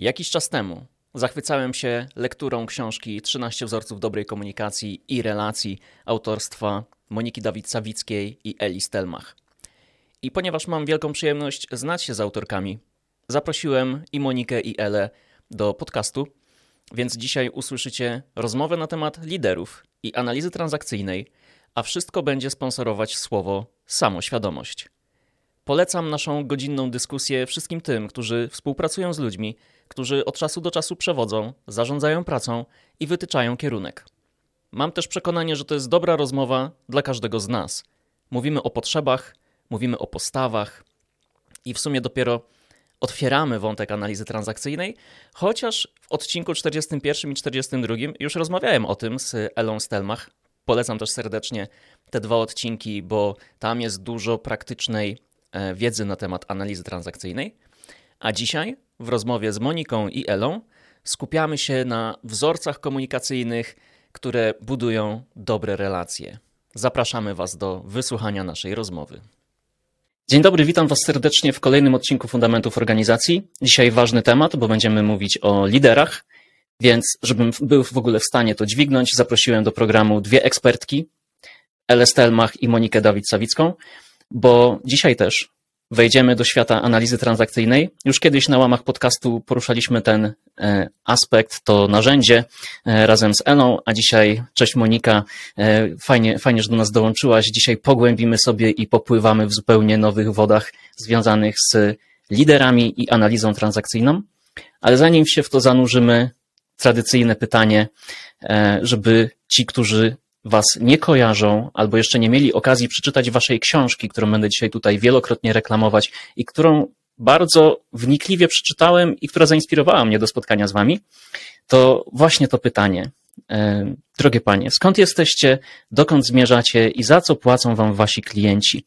Jakiś czas temu zachwycałem się lekturą książki 13 wzorców dobrej komunikacji i relacji autorstwa Moniki Dawid-Sawickiej i Eli Stelmach. I ponieważ mam wielką przyjemność znać się z autorkami, zaprosiłem i Monikę, i Elę do podcastu, więc dzisiaj usłyszycie rozmowę na temat liderów i analizy transakcyjnej, a wszystko będzie sponsorować słowo samoświadomość. Polecam naszą godzinną dyskusję wszystkim tym, którzy współpracują z ludźmi, którzy od czasu do czasu przewodzą, zarządzają pracą i wytyczają kierunek. Mam też przekonanie, że to jest dobra rozmowa dla każdego z nas. Mówimy o potrzebach, mówimy o postawach i w sumie dopiero otwieramy wątek analizy transakcyjnej, chociaż w odcinku 41 i 42 już rozmawiałem o tym z Elą Stelmach. Polecam też serdecznie te dwa odcinki, bo tam jest dużo praktycznej wiedzy na temat analizy transakcyjnej. A dzisiaj w rozmowie z Moniką i Elą skupiamy się na wzorcach komunikacyjnych, które budują dobre relacje. Zapraszamy Was do wysłuchania naszej rozmowy. Dzień dobry, witam Was serdecznie w kolejnym odcinku Fundamentów Organizacji. Dzisiaj ważny temat, bo będziemy mówić o liderach, więc żebym był w ogóle w stanie to dźwignąć, zaprosiłem do programu dwie ekspertki, Elę Stelmach i Monikę Dawid-Sawicką, bo dzisiaj też wejdziemy do świata analizy transakcyjnej. Już kiedyś na łamach podcastu poruszaliśmy ten aspekt, to narzędzie razem z Elą, a dzisiaj, cześć Monika, fajnie, że do nas dołączyłaś. Dzisiaj pogłębimy sobie i popływamy w zupełnie nowych wodach związanych z liderami i analizą transakcyjną. Ale zanim się w to zanurzymy, tradycyjne pytanie, żeby ci, którzy Was nie kojarzą albo jeszcze nie mieli okazji przeczytać Waszej książki, którą będę dzisiaj tutaj wielokrotnie reklamować i którą bardzo wnikliwie przeczytałem i która zainspirowała mnie do spotkania z Wami, to właśnie to pytanie. Drogie Panie, skąd jesteście, dokąd zmierzacie i za co płacą Wam Wasi klienci?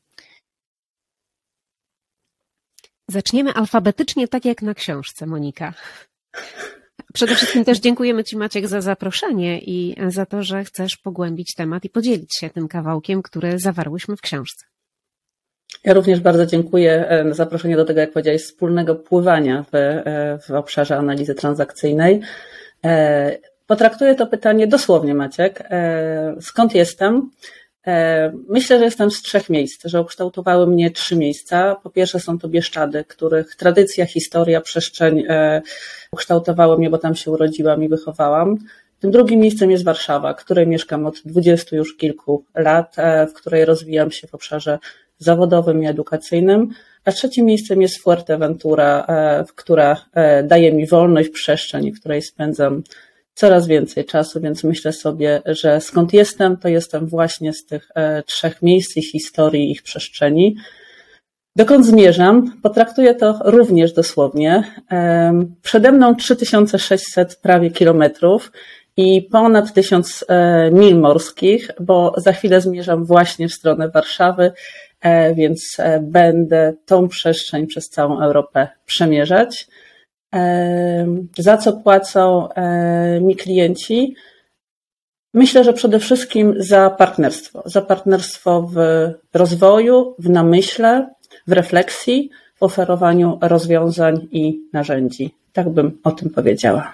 Zaczniemy alfabetycznie, tak jak na książce, Monika. Przede wszystkim też dziękujemy Ci, Maciek, za zaproszenie i za to, że chcesz pogłębić temat i podzielić się tym kawałkiem, który zawarłyśmy w książce. Ja również bardzo dziękuję za zaproszenie do tego, jak powiedziałeś, wspólnego pływania w obszarze analizy transakcyjnej. Potraktuję to pytanie dosłownie, Maciek. Skąd jestem? Myślę, że jestem z 3 miejsc, że ukształtowały mnie 3 miejsca. Po pierwsze są to Bieszczady, których tradycja, historia, przestrzeń ukształtowały mnie, bo tam się urodziłam i wychowałam. Tym drugim miejscem jest Warszawa, w której mieszkam od 20 już kilku lat, w której rozwijam się w obszarze zawodowym i edukacyjnym. A trzecim miejscem jest Fuerteventura, która daje mi wolność, przestrzeń, w której spędzam coraz więcej czasu, więc myślę sobie, że skąd jestem, to jestem właśnie z tych 3 miejsc, ich historii, ich przestrzeni. Dokąd zmierzam? Potraktuję to również dosłownie. Przede mną 3600 prawie kilometrów i ponad 1000 mil morskich, bo za chwilę zmierzam właśnie w stronę Warszawy, więc będę tą przestrzeń przez całą Europę przemierzać. Za co płacą mi klienci? Myślę, że przede wszystkim za partnerstwo w rozwoju, w namyśle, w refleksji, w oferowaniu rozwiązań i narzędzi. Tak bym o tym powiedziała.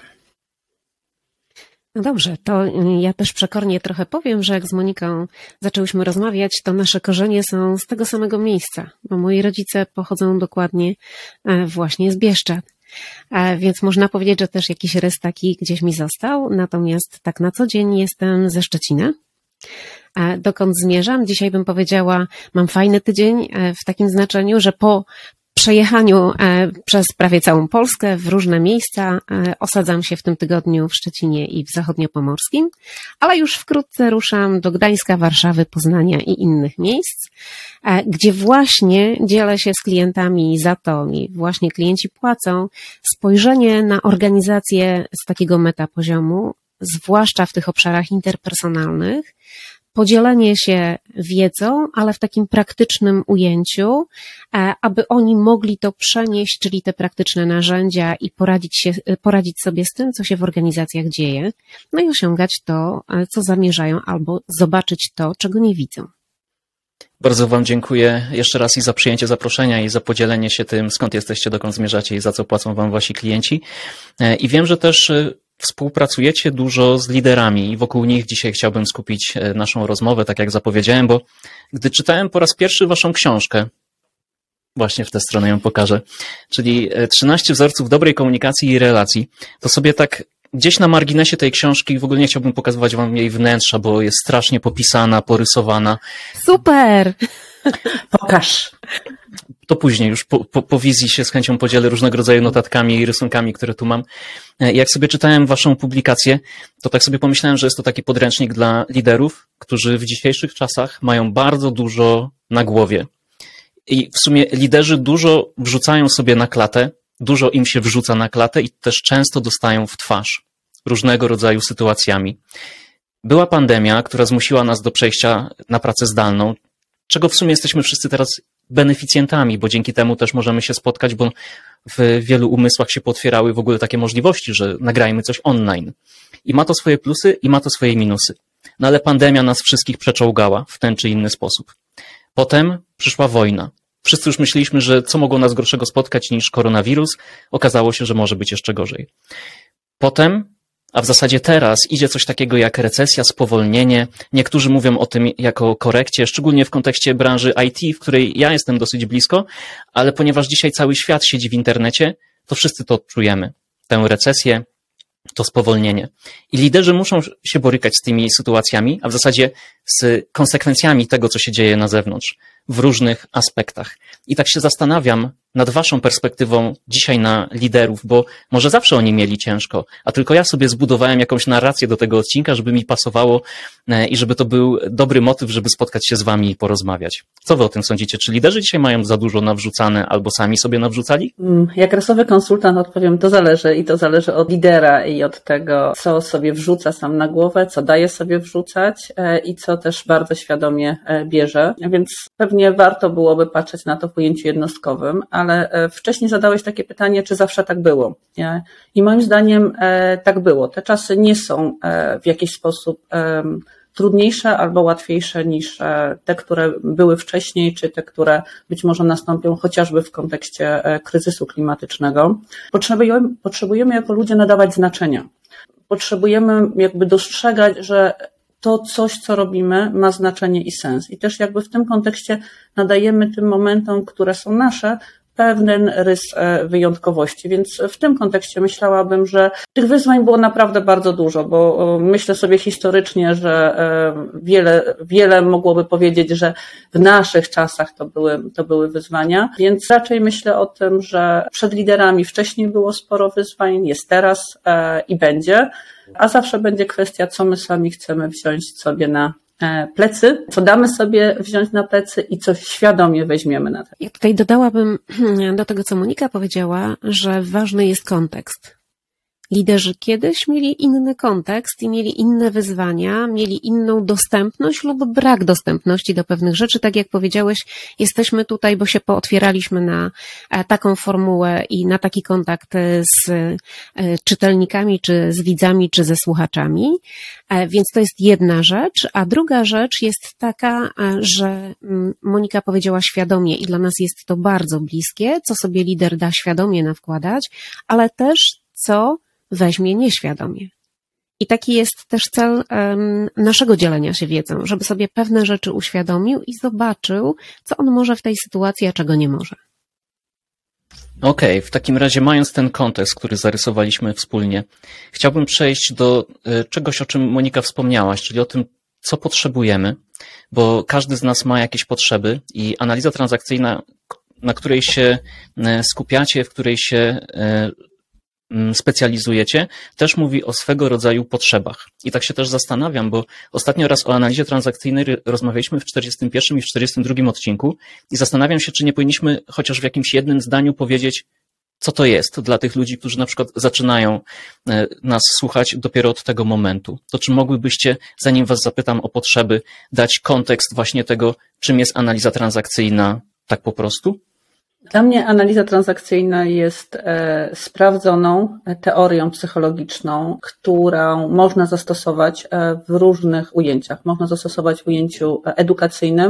No dobrze, to ja też przekornie trochę powiem, że jak z Moniką zaczęłyśmy rozmawiać, to nasze korzenie są z tego samego miejsca, bo moi rodzice pochodzą dokładnie właśnie z Bieszczad. Więc można powiedzieć, że też jakiś rys taki gdzieś mi został, natomiast tak na co dzień jestem ze Szczecina. Dokąd zmierzam? Dzisiaj bym powiedziała, mam fajny tydzień w takim znaczeniu, że po przejechaniu przez prawie całą Polskę w różne miejsca osadzam się w tym tygodniu w Szczecinie i w Zachodniopomorskim, ale już wkrótce ruszam do Gdańska, Warszawy, Poznania i innych miejsc, gdzie właśnie dzielę się z klientami za to i właśnie klienci płacą spojrzenie na organizację z takiego metapoziomu, zwłaszcza w tych obszarach interpersonalnych, podzielenie się wiedzą, ale w takim praktycznym ujęciu, aby oni mogli to przenieść, czyli te praktyczne narzędzia i poradzić sobie z tym, co się w organizacjach dzieje, no i osiągać to, co zamierzają, albo zobaczyć to, czego nie widzą. Bardzo Wam dziękuję jeszcze raz i za przyjęcie zaproszenia i za podzielenie się tym, skąd jesteście, dokąd zmierzacie i za co płacą Wam Wasi klienci. I wiem, że też współpracujecie dużo z liderami i wokół nich dzisiaj chciałbym skupić naszą rozmowę, tak jak zapowiedziałem, bo gdy czytałem po raz pierwszy Waszą książkę, właśnie w tę stronę ją pokażę, czyli 13 wzorców dobrej komunikacji i relacji, to sobie tak gdzieś na marginesie tej książki, w ogóle nie chciałbym pokazywać Wam jej wnętrza, bo jest strasznie popisana, porysowana. Super! Pokaż. To później już po wizji się z chęcią podzielę różnego rodzaju notatkami i rysunkami, które tu mam. Jak sobie czytałem Waszą publikację, to tak sobie pomyślałem, że jest to taki podręcznik dla liderów, którzy w dzisiejszych czasach mają bardzo dużo na głowie. I w sumie liderzy dużo wrzucają sobie na klatę, dużo im się wrzuca na klatę i też często dostają w twarz różnego rodzaju sytuacjami. Była pandemia, która zmusiła nas do przejścia na pracę zdalną, czego w sumie jesteśmy wszyscy teraz beneficjentami, bo dzięki temu też możemy się spotkać, bo w wielu umysłach się potwierały w ogóle takie możliwości, że nagrajmy coś online. I ma to swoje plusy i ma to swoje minusy. No ale pandemia nas wszystkich przeczołgała w ten czy inny sposób. Potem przyszła wojna. Wszyscy już myśleliśmy, że co mogło nas gorszego spotkać niż koronawirus. Okazało się, że może być jeszcze gorzej. Potem, a w zasadzie teraz, idzie coś takiego jak recesja, spowolnienie. Niektórzy mówią o tym jako o korekcie, szczególnie w kontekście branży IT, w której ja jestem dosyć blisko, ale ponieważ dzisiaj cały świat siedzi w internecie, to wszyscy to odczujemy. Tę recesję, to spowolnienie. I liderzy muszą się borykać z tymi sytuacjami, a w zasadzie z konsekwencjami tego, co się dzieje na zewnątrz, w różnych aspektach. I tak się zastanawiam nad Waszą perspektywą dzisiaj na liderów, bo może zawsze oni mieli ciężko, a tylko ja sobie zbudowałem jakąś narrację do tego odcinka, żeby mi pasowało i żeby to był dobry motyw, żeby spotkać się z Wami i porozmawiać. Co Wy o tym sądzicie? Czy liderzy dzisiaj mają za dużo nawrzucane albo sami sobie nawrzucali? Jak rasowy konsultant odpowiem, to zależy i to zależy od lidera i od tego, co sobie wrzuca sam na głowę, co daje sobie wrzucać i co też bardzo świadomie bierze. Więc pewnie warto byłoby patrzeć na to w ujęciu jednostkowym, ale wcześniej zadałeś takie pytanie, czy zawsze tak było. I moim zdaniem tak było. Te czasy nie są w jakiś sposób trudniejsze albo łatwiejsze niż te, które były wcześniej, czy te, które być może nastąpią chociażby w kontekście kryzysu klimatycznego. Potrzebujemy jako ludzie nadawać znaczenia. Potrzebujemy jakby dostrzegać, że to coś, co robimy, ma znaczenie i sens. I też jakby w tym kontekście nadajemy tym momentom, które są nasze, pewien rys wyjątkowości. Więc w tym kontekście myślałabym, że tych wyzwań było naprawdę bardzo dużo, bo myślę sobie historycznie, że wiele mogłoby powiedzieć, że w naszych czasach to były wyzwania, więc raczej myślę o tym, że przed liderami wcześniej było sporo wyzwań, jest teraz i będzie, a zawsze będzie kwestia, co my sami chcemy wziąć sobie na plecy, co damy sobie wziąć na plecy i co świadomie weźmiemy na te. Ja tutaj dodałabym do tego, co Monika powiedziała, że ważny jest kontekst. Liderzy kiedyś mieli inny kontekst i mieli inne wyzwania, mieli inną dostępność lub brak dostępności do pewnych rzeczy. Tak jak powiedziałeś, jesteśmy tutaj, bo się pootwieraliśmy na taką formułę i na taki kontakt z czytelnikami, czy z widzami, czy ze słuchaczami. Więc to jest jedna rzecz. A druga rzecz jest taka, że Monika powiedziała świadomie i dla nas jest to bardzo bliskie, co sobie lider da świadomie nawkładać, ale też co weźmie nieświadomie. I taki jest też cel naszego dzielenia się wiedzą, żeby sobie pewne rzeczy uświadomił i zobaczył, co on może w tej sytuacji, a czego nie może. Okej, w takim razie mając ten kontekst, który zarysowaliśmy wspólnie, chciałbym przejść do czegoś, o czym Monika wspomniałaś, czyli o tym, co potrzebujemy, bo każdy z nas ma jakieś potrzeby i analiza transakcyjna, na której się skupiacie, w której się specjalizujecie, też mówi o swego rodzaju potrzebach. I tak się też zastanawiam, bo ostatnio raz o analizie transakcyjnej rozmawialiśmy w 41 i w 42 odcinku i zastanawiam się, czy nie powinniśmy chociaż w jakimś jednym zdaniu powiedzieć, co to jest dla tych ludzi, którzy na przykład zaczynają nas słuchać dopiero od tego momentu. To czy mogłybyście, zanim was zapytam o potrzeby, dać kontekst właśnie tego, czym jest analiza transakcyjna tak po prostu? Dla mnie analiza transakcyjna jest sprawdzoną teorią psychologiczną, którą można zastosować w różnych ujęciach. Można zastosować w ujęciu edukacyjnym,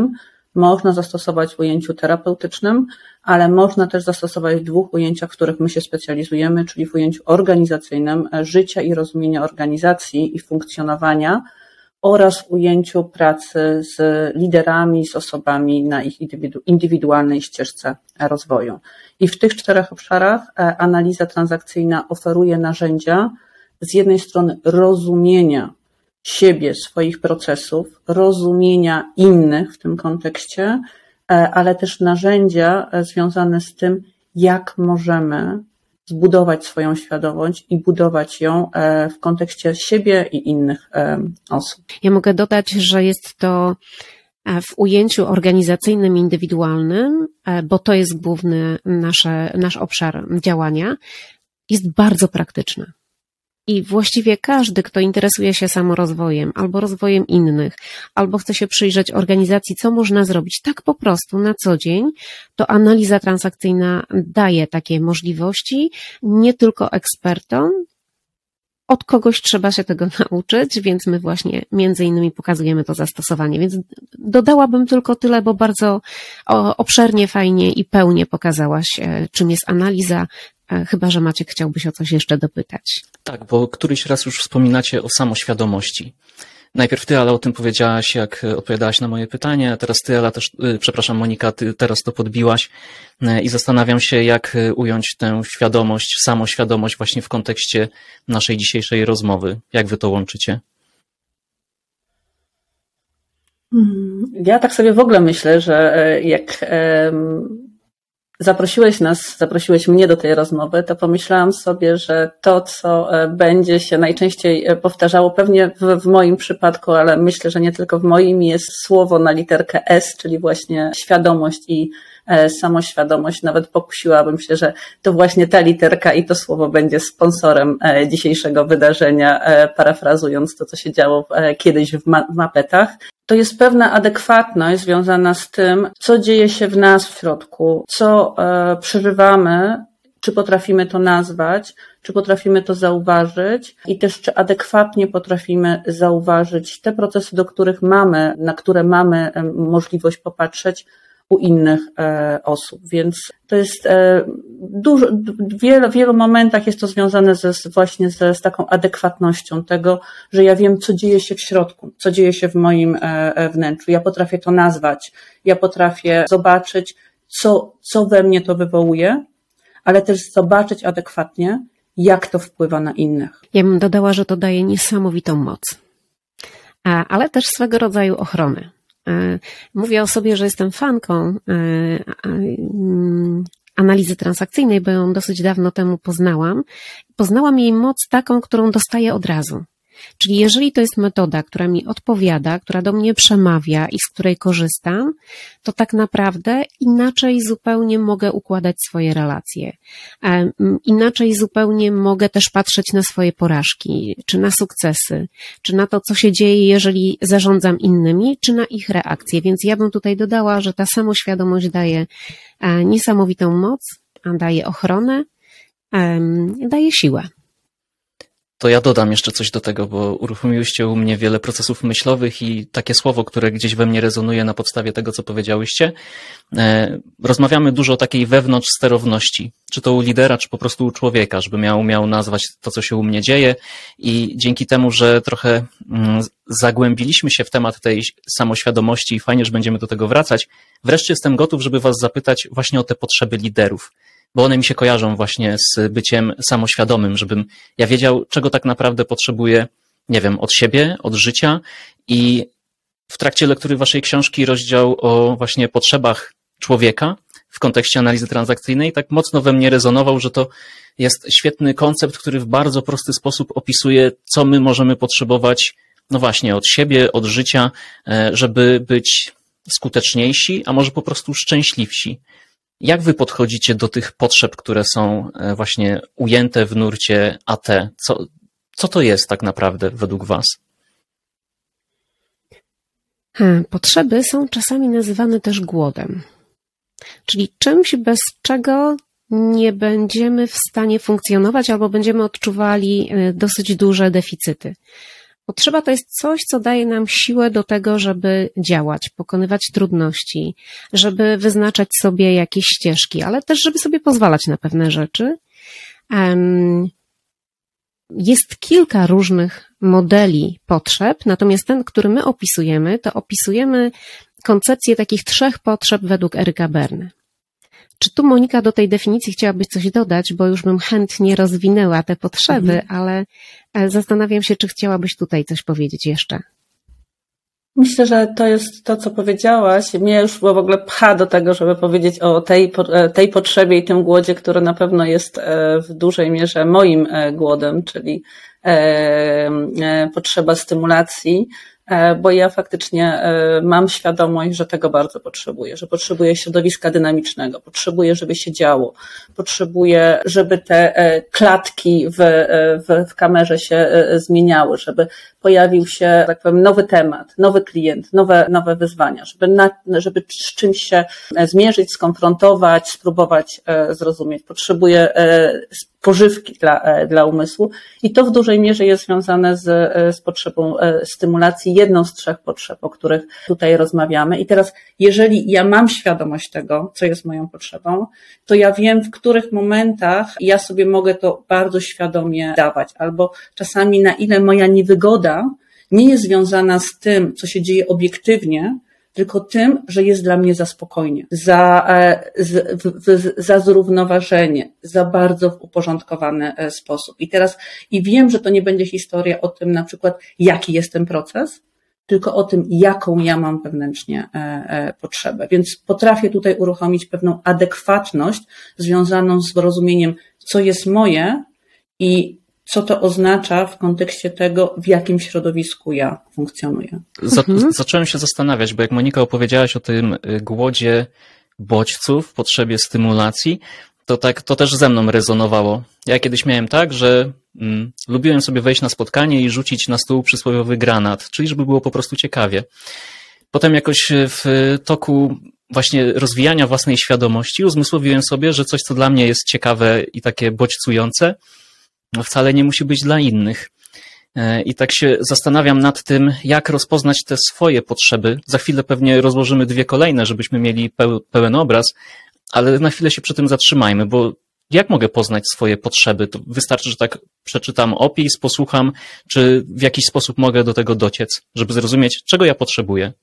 można zastosować w ujęciu terapeutycznym, ale można też zastosować w dwóch ujęciach, w których my się specjalizujemy, czyli w ujęciu organizacyjnym, życia i rozumienia organizacji i funkcjonowania, oraz w ujęciu pracy z liderami, z osobami na ich indywidualnej ścieżce rozwoju. I w tych 4 obszarach analiza transakcyjna oferuje narzędzia z jednej strony rozumienia siebie, swoich procesów, rozumienia innych w tym kontekście, ale też narzędzia związane z tym, jak możemy zbudować swoją świadomość i budować ją w kontekście siebie i innych osób. Ja mogę dodać, że jest to w ujęciu organizacyjnym, indywidualnym, bo to jest główny nasz obszar działania, jest bardzo praktyczne. I właściwie każdy, kto interesuje się samorozwojem albo rozwojem innych, albo chce się przyjrzeć organizacji, co można zrobić tak po prostu na co dzień, to analiza transakcyjna daje takie możliwości nie tylko ekspertom. Od kogoś trzeba się tego nauczyć, więc my właśnie między innymi pokazujemy to zastosowanie. Więc dodałabym tylko tyle, bo bardzo obszernie, fajnie i pełnie pokazałaś, czym jest analiza, chyba że Maciek chciałbyś o coś jeszcze dopytać. Tak, bo któryś raz już wspominacie o samoświadomości. Najpierw ty, ale o tym powiedziałaś, jak odpowiadałaś na moje pytanie, a teraz ty, ale też, przepraszam Monika, ty teraz to podbiłaś i zastanawiam się, jak ująć tę świadomość, samoświadomość właśnie w kontekście naszej dzisiejszej rozmowy. Jak wy to łączycie? Ja tak sobie w ogóle myślę, że jak zaprosiłeś mnie do tej rozmowy, to pomyślałam sobie, że to, co będzie się najczęściej powtarzało, pewnie w moim przypadku, ale myślę, że nie tylko w moim, jest słowo na literkę S, czyli właśnie świadomość i samoświadomość. Nawet pokusiłabym się, że to właśnie ta literka i to słowo będzie sponsorem dzisiejszego wydarzenia, parafrazując to, co się działo kiedyś w Mapetach. To jest pewna adekwatność związana z tym, co dzieje się w nas w środku, co przeżywamy, czy potrafimy to nazwać, czy potrafimy to zauważyć i też czy adekwatnie potrafimy zauważyć te procesy, na które mamy możliwość popatrzeć u innych osób. Więc to jest w wielu momentach jest to związane właśnie z taką adekwatnością tego, że ja wiem, co dzieje się w środku, co dzieje się w moim wnętrzu. Ja potrafię to nazwać, ja potrafię zobaczyć, co we mnie to wywołuje, ale też zobaczyć adekwatnie, jak to wpływa na innych. Ja bym dodała, że to daje niesamowitą moc, ale też swego rodzaju ochronę. Mówię o sobie, że jestem fanką analizy transakcyjnej, bo ją dosyć dawno temu poznałam. Poznałam jej moc taką, którą dostaję od razu. Czyli jeżeli to jest metoda, która mi odpowiada, która do mnie przemawia i z której korzystam, to tak naprawdę inaczej zupełnie mogę układać swoje relacje. Inaczej zupełnie mogę też patrzeć na swoje porażki, czy na sukcesy, czy na to, co się dzieje, jeżeli zarządzam innymi, czy na ich reakcje. Więc ja bym tutaj dodała, że ta samoświadomość daje niesamowitą moc, daje ochronę, daje siłę. To ja dodam jeszcze coś do tego, bo uruchomiłyście u mnie wiele procesów myślowych i takie słowo, które gdzieś we mnie rezonuje na podstawie tego, co powiedziałyście. Rozmawiamy dużo o takiej wewnątrz sterowności, czy to u lidera, czy po prostu u człowieka, żeby miał nazwać to, co się u mnie dzieje i dzięki temu, że trochę zagłębiliśmy się w temat tej samoświadomości i fajnie, że będziemy do tego wracać, wreszcie jestem gotów, żeby was zapytać właśnie o te potrzeby liderów. Bo one mi się kojarzą właśnie z byciem samoświadomym, żebym ja wiedział, czego tak naprawdę potrzebuję, nie wiem, od siebie, od życia i w trakcie lektury waszej książki rozdział o właśnie potrzebach człowieka w kontekście analizy transakcyjnej tak mocno we mnie rezonował, że to jest świetny koncept, który w bardzo prosty sposób opisuje, co my możemy potrzebować, no właśnie, od siebie, od życia, żeby być skuteczniejsi, a może po prostu szczęśliwsi. Jak wy podchodzicie do tych potrzeb, które są właśnie ujęte w nurcie AT? Co to jest tak naprawdę według was? Potrzeby są czasami nazywane też głodem, czyli czymś, bez czego nie będziemy w stanie funkcjonować albo będziemy odczuwali dosyć duże deficyty. Potrzeba to jest coś, co daje nam siłę do tego, żeby działać, pokonywać trudności, żeby wyznaczać sobie jakieś ścieżki, ale też, żeby sobie pozwalać na pewne rzeczy. Jest kilka różnych modeli potrzeb, natomiast ten, który my opisujemy, to opisujemy koncepcję takich 3 potrzeb według Eryka Berne. Czy tu, Monika, do tej definicji chciałabyś coś dodać, bo już bym chętnie rozwinęła te potrzeby, ale zastanawiam się, czy chciałabyś tutaj coś powiedzieć jeszcze. Myślę, że to jest to, co powiedziałaś. Mnie już w ogóle pcha do tego, żeby powiedzieć o tej potrzebie i tym głodzie, który na pewno jest w dużej mierze moim głodem, czyli potrzeba stymulacji, bo ja faktycznie mam świadomość, że tego bardzo potrzebuję, że potrzebuję środowiska dynamicznego, potrzebuję, żeby się działo, potrzebuję, żeby te klatki w kamerze się zmieniały, żeby pojawił się, tak powiem, nowy temat, nowy klient, nowe wyzwania, żeby z czymś się zmierzyć, skonfrontować, spróbować zrozumieć. Potrzebuję pożywki dla umysłu i to w dużej mierze jest związane z potrzebą stymulacji, jedną z 3 potrzeb, o których tutaj rozmawiamy. I teraz, jeżeli ja mam świadomość tego, co jest moją potrzebą, to ja wiem, w których momentach ja sobie mogę to bardzo świadomie dawać, albo czasami na ile moja niewygoda nie jest związana z tym, co się dzieje obiektywnie, tylko tym, że jest dla mnie za spokojnie, za zrównoważenie, za bardzo w uporządkowany sposób. I wiem, że to nie będzie historia o tym na przykład, jaki jest ten proces, tylko o tym, jaką ja mam wewnętrznie potrzebę. Więc potrafię tutaj uruchomić pewną adekwatność związaną z rozumieniem, co jest moje i co to oznacza w kontekście tego, w jakim środowisku ja funkcjonuję. Zacząłem się zastanawiać, bo jak Monika opowiedziałaś o tym głodzie bodźców, potrzebie stymulacji, to też ze mną rezonowało. Ja kiedyś miałem tak, że lubiłem sobie wejść na spotkanie i rzucić na stół przysłowiowy granat, czyli żeby było po prostu ciekawie. Potem jakoś w toku właśnie rozwijania własnej świadomości uzmysłowiłem sobie, że coś, co dla mnie jest ciekawe i takie bodźcujące, wcale nie musi być dla innych. I tak się zastanawiam nad tym, jak rozpoznać te swoje potrzeby. Za chwilę pewnie rozłożymy 2 kolejne, żebyśmy mieli pełen obraz, ale na chwilę się przy tym zatrzymajmy, bo jak mogę poznać swoje potrzeby? To wystarczy, że tak przeczytam opis, posłucham, czy w jakiś sposób mogę do tego dociec, żeby zrozumieć, czego ja potrzebuję?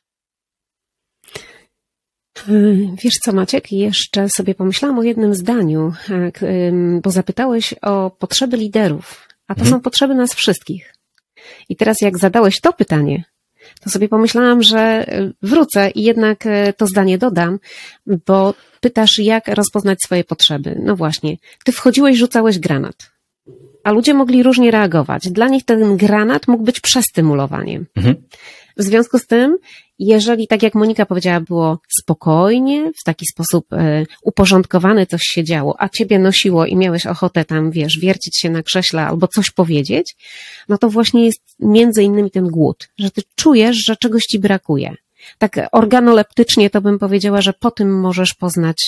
Wiesz co, Maciek, jeszcze sobie pomyślałam o jednym zdaniu, bo zapytałeś o potrzeby liderów, a to są potrzeby nas wszystkich. I teraz jak zadałeś to pytanie, to sobie pomyślałam, że wrócę i jednak to zdanie dodam, bo pytasz, jak rozpoznać swoje potrzeby. No właśnie, ty wchodziłeś, rzucałeś granat, a ludzie mogli różnie reagować. Dla nich ten granat mógł być przestymulowaniem. W związku z tym, jeżeli, tak jak Monika powiedziała, było spokojnie, w taki sposób uporządkowany coś się działo, a ciebie nosiło i miałeś ochotę tam, wiesz, wiercić się na krześle albo coś powiedzieć, no to właśnie jest między innymi ten głód, że ty czujesz, że czegoś ci brakuje. Tak organoleptycznie to bym powiedziała, że po tym możesz poznać,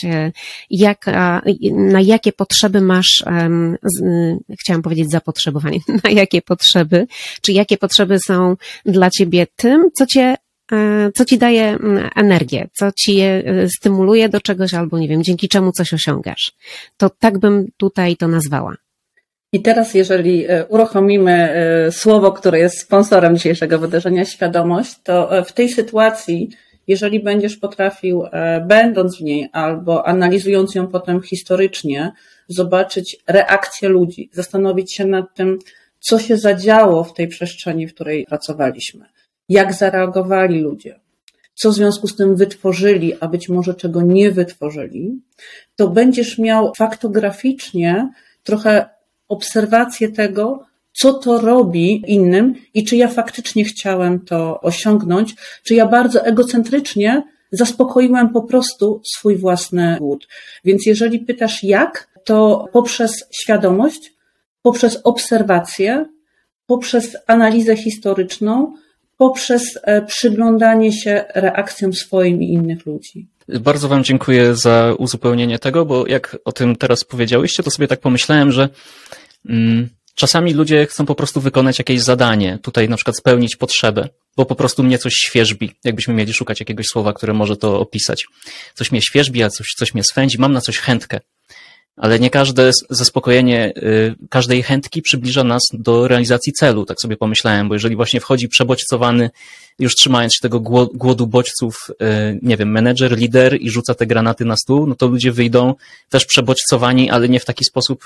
na jakie potrzeby masz, chciałam powiedzieć zapotrzebowanie, na jakie potrzeby, czy jakie potrzeby są dla ciebie tym, co ci daje energię, co ci stymuluje do czegoś albo nie wiem, dzięki czemu coś osiągasz. To tak bym tutaj to nazwała. I teraz, jeżeli uruchomimy słowo, które jest sponsorem dzisiejszego wydarzenia, świadomość, to w tej sytuacji, jeżeli będziesz potrafił, będąc w niej albo analizując ją potem historycznie, zobaczyć reakcję ludzi, zastanowić się nad tym, co się zadziało w tej przestrzeni, w której pracowaliśmy, jak zareagowali ludzie, co w związku z tym wytworzyli, a być może czego nie wytworzyli, to będziesz miał faktograficznie trochę obserwację tego, co to robi innym i czy ja faktycznie chciałem to osiągnąć, czy ja bardzo egocentrycznie zaspokoiłem po prostu swój własny głód. Więc jeżeli pytasz jak, to poprzez świadomość, poprzez obserwację, poprzez analizę historyczną, poprzez przyglądanie się reakcjom swoim i innych ludzi. Bardzo Wam dziękuję za uzupełnienie tego, bo jak o tym teraz powiedziałyście, to sobie tak pomyślałem, że Czasami ludzie chcą po prostu wykonać jakieś zadanie, tutaj na przykład spełnić potrzebę, bo po prostu mnie coś świerzbi, jakbyśmy mieli szukać jakiegoś słowa, które może to opisać. Coś mnie świerzbi, a coś mnie swędzi, mam na coś chętkę. Ale nie każde zaspokojenie każdej chętki przybliża nas do realizacji celu, tak sobie pomyślałem, bo jeżeli właśnie wchodzi przebodźcowany, już trzymając się tego głodu bodźców, nie wiem, menedżer, lider i rzuca te granaty na stół, no to ludzie wyjdą też przebodźcowani, ale nie w taki sposób,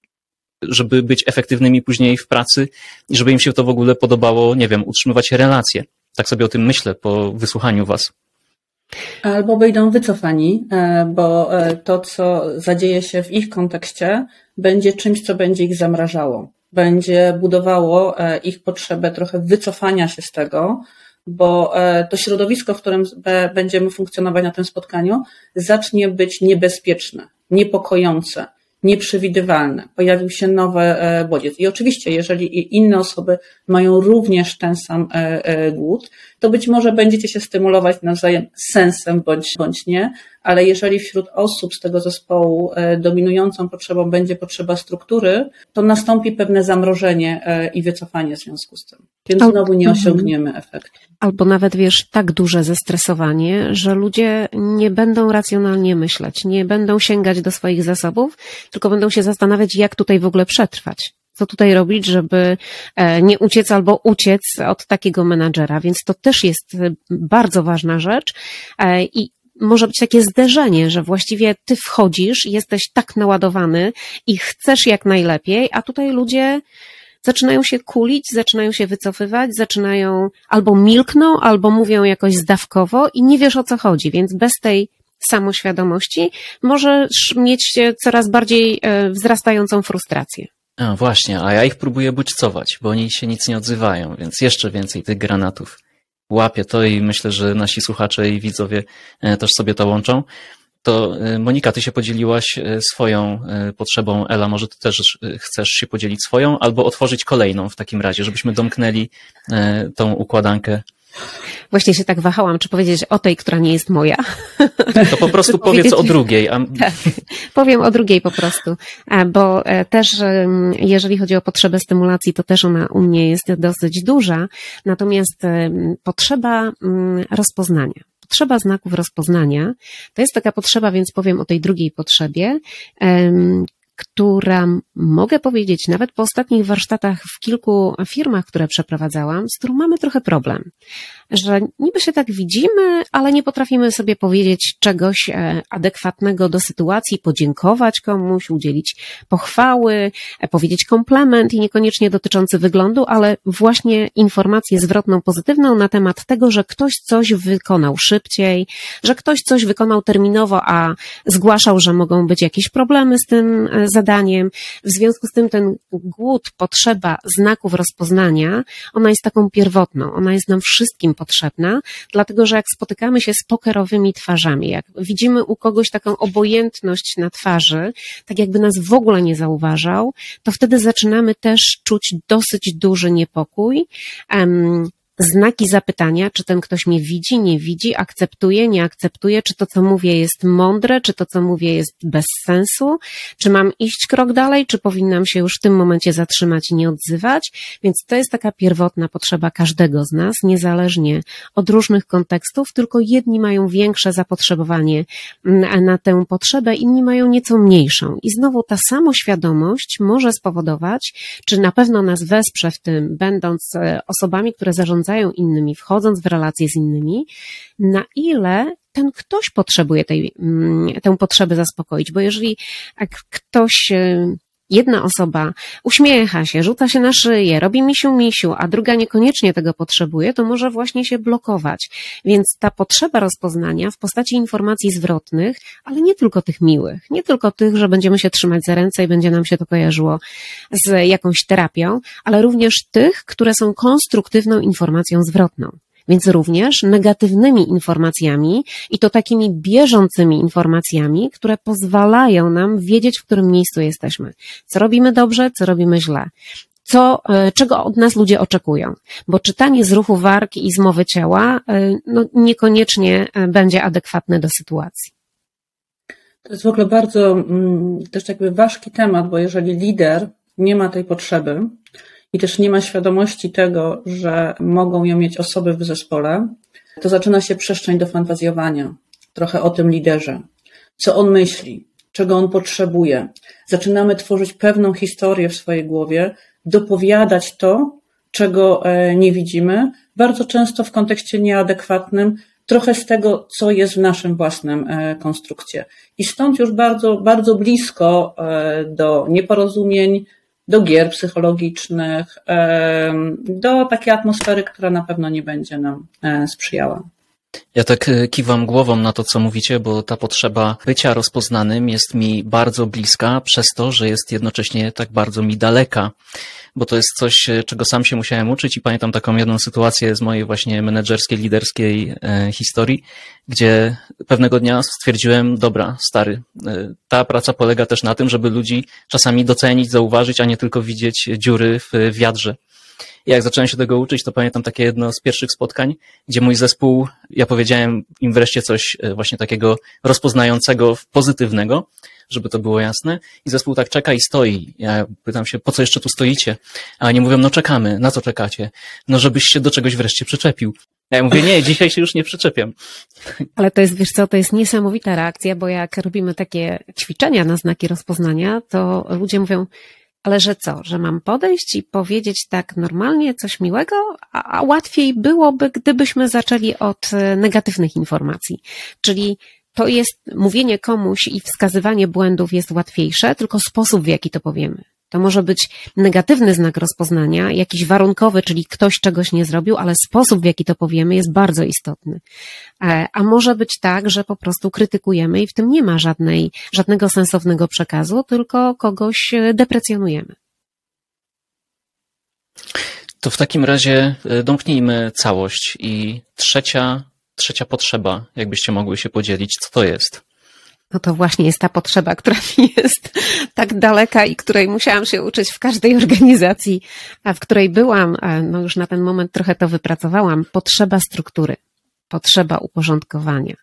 żeby być efektywnymi później w pracy i żeby im się to w ogóle podobało, nie wiem, utrzymywać relacje. Tak sobie o tym myślę po wysłuchaniu was. Albo wyjdą wycofani, bo to, co zadzieje się w ich kontekście, będzie czymś, co będzie ich zamrażało. Będzie budowało ich potrzebę trochę wycofania się z tego, bo to środowisko, w którym będziemy funkcjonować na tym spotkaniu, zacznie być niebezpieczne, niepokojące, nieprzewidywalne. Pojawił się nowy bodziec. I oczywiście, jeżeli inne osoby mają również ten sam głód, to być może będziecie się stymulować nawzajem sensem bądź nie, ale jeżeli wśród osób z tego zespołu dominującą potrzebą będzie potrzeba struktury, to nastąpi pewne zamrożenie i wycofanie w związku z tym. Więc znowu nie osiągniemy efektu. Albo nawet, tak duże zestresowanie, że ludzie nie będą racjonalnie myśleć, nie będą sięgać do swoich zasobów, tylko będą się zastanawiać, jak tutaj w ogóle przetrwać. Co tutaj robić, żeby nie uciec albo uciec od takiego menadżera. Więc to też jest bardzo ważna rzecz i może być takie zderzenie, że właściwie ty wchodzisz, jesteś tak naładowany i chcesz jak najlepiej, a tutaj ludzie zaczynają się kulić, zaczynają się wycofywać, zaczynają albo milkną, albo mówią jakoś zdawkowo i nie wiesz, o co chodzi, więc bez tej samoświadomości możesz mieć coraz bardziej wzrastającą frustrację. A właśnie, a ja ich próbuję bodźcować, bo oni się nic nie odzywają, więc jeszcze więcej tych granatów. Łapię to i myślę, że nasi słuchacze i widzowie też sobie to łączą. To Monika, ty się podzieliłaś swoją potrzebą. Ela, może ty też chcesz się podzielić swoją albo otworzyć kolejną w takim razie, żebyśmy domknęli tą układankę. Właśnie się tak wahałam, czy powiedzieć o tej, która nie jest moja. To po prostu powiedz o drugiej. Tak, powiem o drugiej po prostu, bo też jeżeli chodzi o potrzebę stymulacji, to też ona u mnie jest dosyć duża, natomiast potrzeba rozpoznania. Potrzeba znaków rozpoznania to jest taka potrzeba, więc powiem o tej drugiej potrzebie, która, mogę powiedzieć, nawet po ostatnich warsztatach w kilku firmach, które przeprowadzałam, z którą mamy trochę problem, że niby się tak widzimy, ale nie potrafimy sobie powiedzieć czegoś adekwatnego do sytuacji, podziękować komuś, udzielić pochwały, powiedzieć komplement i niekoniecznie dotyczący wyglądu, ale właśnie informację zwrotną, pozytywną na temat tego, że ktoś coś wykonał szybciej, że ktoś coś wykonał terminowo, a zgłaszał, że mogą być jakieś problemy z tym zadaniem. W związku z tym ten głód, potrzeba znaków rozpoznania, ona jest taką pierwotną, ona jest nam wszystkim potrzebna, dlatego że jak spotykamy się z pokerowymi twarzami, jak widzimy u kogoś taką obojętność na twarzy, tak jakby nas w ogóle nie zauważał, to wtedy zaczynamy też czuć dosyć duży niepokój, znaki zapytania, czy ten ktoś mnie widzi, nie widzi, akceptuje, nie akceptuje, czy to, co mówię, jest mądre, czy to, co mówię, jest bez sensu, czy mam iść krok dalej, czy powinnam się już w tym momencie zatrzymać i nie odzywać. Więc to jest taka pierwotna potrzeba każdego z nas, niezależnie od różnych kontekstów, tylko jedni mają większe zapotrzebowanie na tę potrzebę, inni mają nieco mniejszą. I znowu ta samoświadomość może spowodować, czy na pewno nas wesprze w tym, będąc osobami, które zarządzają innymi, wchodząc w relacje z innymi, na ile ten ktoś potrzebuje tę potrzebę zaspokoić, bo jeżeli ktoś, jedna osoba uśmiecha się, rzuca się na szyję, robi misiu, a druga niekoniecznie tego potrzebuje, to może właśnie się blokować. Więc ta potrzeba rozpoznania w postaci informacji zwrotnych, ale nie tylko tych miłych, nie tylko tych, że będziemy się trzymać za ręce i będzie nam się to kojarzyło z jakąś terapią, ale również tych, które są konstruktywną informacją zwrotną. Więc również negatywnymi informacjami i to takimi bieżącymi informacjami, które pozwalają nam wiedzieć, w którym miejscu jesteśmy. Co robimy dobrze, co robimy źle. Czego od nas ludzie oczekują. Bo czytanie z ruchu warg i z mowy ciała niekoniecznie będzie adekwatne do sytuacji. To jest w ogóle bardzo też jakby ważki temat, bo jeżeli lider nie ma tej potrzeby i też nie ma świadomości tego, że mogą ją mieć osoby w zespole, to zaczyna się przestrzeń do fantazjowania. Trochę o tym liderze. Co on myśli, czego on potrzebuje. Zaczynamy tworzyć pewną historię w swojej głowie, dopowiadać to, czego nie widzimy, bardzo często w kontekście nieadekwatnym, trochę z tego, co jest w naszym własnym konstrukcie. I stąd już bardzo, bardzo blisko do nieporozumień, do gier psychologicznych, do takiej atmosfery, która na pewno nie będzie nam sprzyjała. Ja tak kiwam głową na to, co mówicie, bo ta potrzeba bycia rozpoznanym jest mi bardzo bliska przez to, że jest jednocześnie tak bardzo mi daleka, bo to jest coś, czego sam się musiałem uczyć i pamiętam taką jedną sytuację z mojej właśnie menedżerskiej, liderskiej historii, gdzie pewnego dnia stwierdziłem, dobra, stary, ta praca polega też na tym, żeby ludzi czasami docenić, zauważyć, a nie tylko widzieć dziury w wiadrze. I jak zacząłem się tego uczyć, to pamiętam takie jedno z pierwszych spotkań, gdzie mój zespół, ja powiedziałem im wreszcie coś właśnie takiego rozpoznającego, pozytywnego, żeby to było jasne. I zespół tak czeka i stoi. Ja pytam się, po co jeszcze tu stoicie? A oni mówią, no czekamy. Na co czekacie? No żebyś się do czegoś wreszcie przyczepił. A ja mówię, nie, dzisiaj się już nie przyczepiam. Ale to jest, wiesz co, to jest niesamowita reakcja, bo jak robimy takie ćwiczenia na znaki rozpoznania, to ludzie mówią, ale że co, że mam podejść i powiedzieć tak normalnie coś miłego, a łatwiej byłoby, gdybyśmy zaczęli od negatywnych informacji. Czyli to jest mówienie komuś i wskazywanie błędów jest łatwiejsze, tylko sposób, w jaki to powiemy. To może być negatywny znak rozpoznania, jakiś warunkowy, czyli ktoś czegoś nie zrobił, ale sposób, w jaki to powiemy, jest bardzo istotny. A może być tak, że po prostu krytykujemy i w tym nie ma żadnego sensownego przekazu, tylko kogoś deprecjonujemy. To w takim razie domknijmy całość i trzecia potrzeba, jakbyście mogły się podzielić, co to jest? No to właśnie jest ta potrzeba, która mi jest tak daleka i której musiałam się uczyć w każdej organizacji, w której byłam, no już na ten moment trochę to wypracowałam. Potrzeba struktury, potrzeba uporządkowania.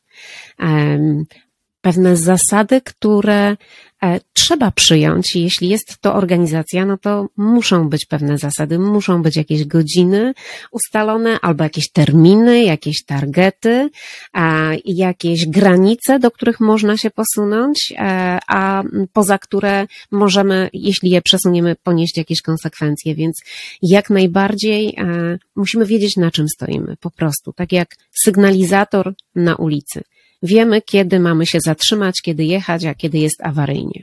Pewne zasady, które trzeba przyjąć. Jeśli jest to organizacja, no to muszą być pewne zasady, muszą być jakieś godziny ustalone, albo jakieś terminy, jakieś targety, jakieś granice, do których można się posunąć, a poza które możemy, jeśli je przesuniemy, ponieść jakieś konsekwencje. Więc jak najbardziej musimy wiedzieć, na czym stoimy. Po prostu, tak jak sygnalizator na ulicy. Wiemy, kiedy mamy się zatrzymać, kiedy jechać, a kiedy jest awaryjnie.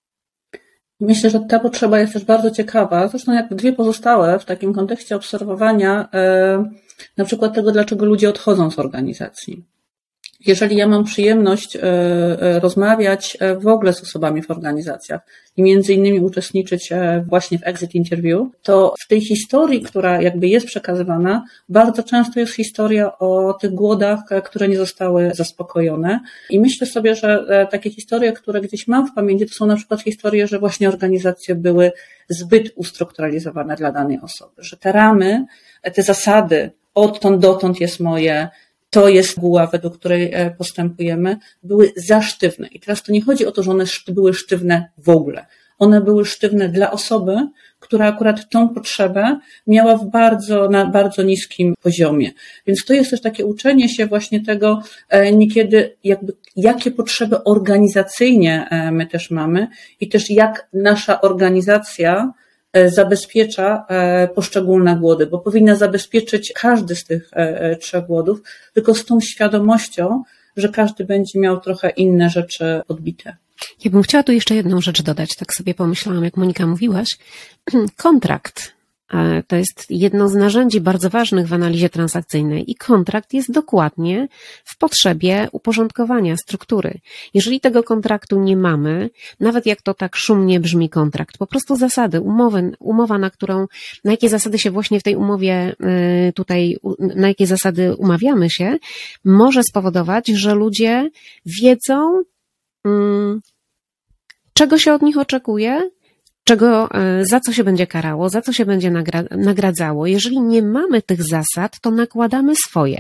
Myślę, że ta potrzeba jest też bardzo ciekawa. Zresztą jak dwie pozostałe w takim kontekście obserwowania na przykład tego, dlaczego ludzie odchodzą z organizacji. Jeżeli ja mam przyjemność rozmawiać w ogóle z osobami w organizacjach i między innymi uczestniczyć właśnie w exit interview, to w tej historii, która jakby jest przekazywana, bardzo często jest historia o tych głodach, które nie zostały zaspokojone. I myślę sobie, że takie historie, które gdzieś mam w pamięci, to są na przykład historie, że właśnie organizacje były zbyt ustrukturalizowane dla danej osoby, że te ramy, te zasady, odtąd dotąd jest moje, to jest reguła, według której postępujemy, były za sztywne. I teraz to nie chodzi o to, że one były sztywne w ogóle. One były sztywne dla osoby, która akurat tą potrzebę miała na bardzo niskim poziomie. Więc to jest też takie uczenie się właśnie tego niekiedy, jakie potrzeby organizacyjnie my też mamy i też jak nasza organizacja zabezpiecza poszczególne głody, bo powinna zabezpieczyć każdy z tych 3 głodów, tylko z tą świadomością, że każdy będzie miał trochę inne rzeczy odbite. Ja bym chciała tu jeszcze jedną rzecz dodać, tak sobie pomyślałam, jak Monika mówiłaś. Kontrakt to jest jedno z narzędzi bardzo ważnych w analizie transakcyjnej i kontrakt jest dokładnie w potrzebie uporządkowania struktury. Jeżeli tego kontraktu nie mamy, nawet jak to tak szumnie brzmi kontrakt, po prostu zasady, umowa, na jakie zasady się właśnie w tej umowie tutaj, na jakie zasady umawiamy się, może spowodować, że ludzie wiedzą, czego się od nich oczekuje, za co się będzie karało, za co się będzie nagradzało. Jeżeli nie mamy tych zasad, to nakładamy swoje.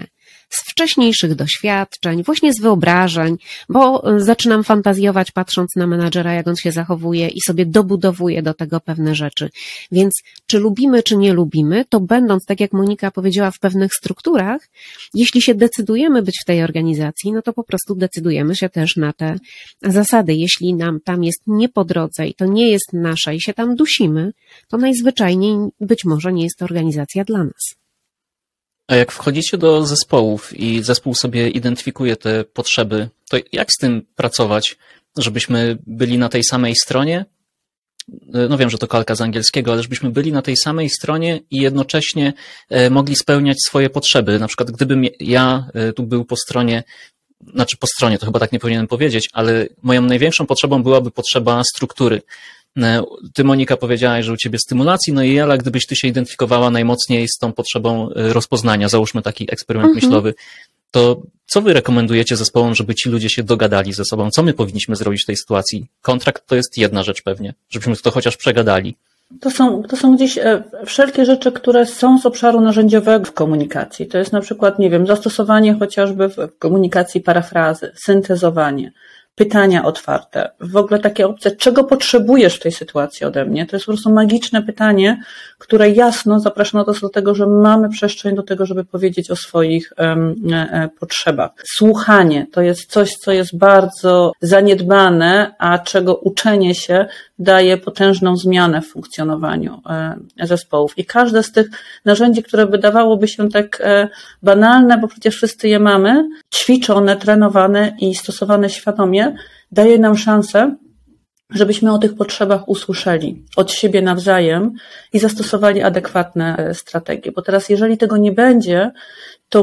z wcześniejszych doświadczeń, właśnie z wyobrażeń, bo zaczynam fantazjować patrząc na menadżera, jak on się zachowuje i sobie dobudowuję do tego pewne rzeczy. Więc czy lubimy, czy nie lubimy, to będąc, tak jak Monika powiedziała, w pewnych strukturach, jeśli się decydujemy być w tej organizacji, no to po prostu decydujemy się też na te zasady. Jeśli nam tam jest nie po drodze i to nie jest nasze i się tam dusimy, to najzwyczajniej być może nie jest to organizacja dla nas. A jak wchodzicie do zespołów i zespół sobie identyfikuje te potrzeby, to jak z tym pracować, żebyśmy byli na tej samej stronie? No wiem, że to kalka z angielskiego, ale żebyśmy byli na tej samej stronie i jednocześnie mogli spełniać swoje potrzeby. Na przykład gdybym ja tu był po stronie, to chyba tak nie powinienem powiedzieć, ale moją największą potrzebą byłaby potrzeba struktury. Ty, Monika, powiedziałaś, że u ciebie stymulacji, no i Ela, gdybyś ty się identyfikowała najmocniej z tą potrzebą rozpoznania, załóżmy taki eksperyment myślowy, to co wy rekomendujecie zespołom, żeby ci ludzie się dogadali ze sobą? Co my powinniśmy zrobić w tej sytuacji? Kontrakt to jest jedna rzecz pewnie, żebyśmy to chociaż przegadali. To są gdzieś wszelkie rzeczy, które są z obszaru narzędziowego w komunikacji. To jest na przykład, nie wiem, zastosowanie chociażby w komunikacji parafrazy, syntezowanie, pytania otwarte, w ogóle takie opcje, czego potrzebujesz w tej sytuacji ode mnie? To jest po prostu magiczne pytanie, które jasno zaprasza nas do tego, że mamy przestrzeń do tego, żeby powiedzieć o swoich potrzebach. Słuchanie to jest coś, co jest bardzo zaniedbane, a czego uczenie się daje potężną zmianę w funkcjonowaniu zespołów. I każde z tych narzędzi, które wydawałoby się tak banalne, bo przecież wszyscy je mamy, ćwiczone, trenowane i stosowane świadomie, daje nam szansę, żebyśmy o tych potrzebach usłyszeli od siebie nawzajem i zastosowali adekwatne strategie. Bo teraz, jeżeli tego nie będzie, to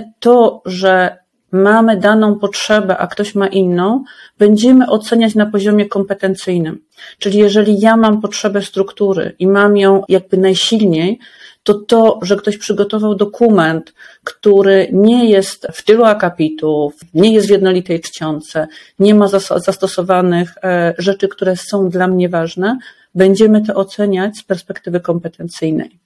że mamy daną potrzebę, a ktoś ma inną, będziemy oceniać na poziomie kompetencyjnym. Czyli jeżeli ja mam potrzebę struktury i mam ją jakby najsilniej, to, że ktoś przygotował dokument, który nie jest w tylu akapitów, nie jest w jednolitej czcionce, nie ma zastosowanych rzeczy, które są dla mnie ważne, będziemy to oceniać z perspektywy kompetencyjnej.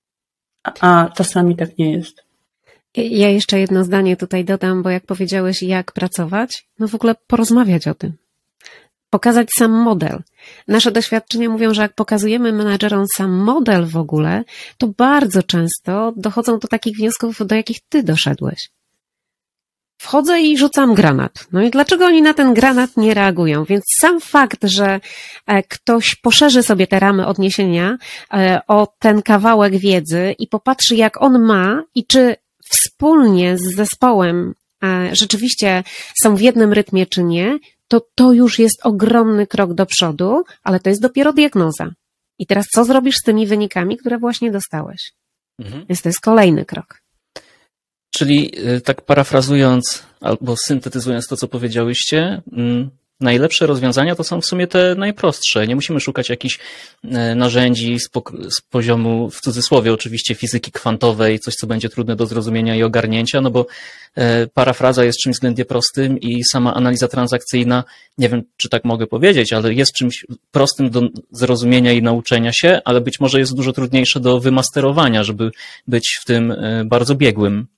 A czasami tak nie jest. Ja jeszcze jedno zdanie tutaj dodam, bo jak powiedziałeś, jak pracować, no w ogóle porozmawiać o tym. Pokazać sam model. Nasze doświadczenia mówią, że jak pokazujemy menadżerom sam model w ogóle, to bardzo często dochodzą do takich wniosków, do jakich ty doszedłeś. Wchodzę i rzucam granat. No i dlaczego oni na ten granat nie reagują? Więc sam fakt, że ktoś poszerzy sobie te ramy odniesienia o ten kawałek wiedzy i popatrzy, jak on ma i czy wspólnie z zespołem rzeczywiście są w jednym rytmie, czy nie, to już jest ogromny krok do przodu, ale to jest dopiero diagnoza. I teraz co zrobisz z tymi wynikami, które właśnie dostałeś? Więc to jest kolejny krok. Czyli tak parafrazując albo syntetyzując to, co powiedziałyście, najlepsze rozwiązania to są w sumie te najprostsze. Nie musimy szukać jakichś narzędzi z poziomu, w cudzysłowie oczywiście, fizyki kwantowej, coś, co będzie trudne do zrozumienia i ogarnięcia, no bo parafraza jest czymś względnie prostym i sama analiza transakcyjna, nie wiem, czy tak mogę powiedzieć, ale jest czymś prostym do zrozumienia i nauczenia się, ale być może jest dużo trudniejsze do wymasterowania, żeby być w tym bardzo biegłym.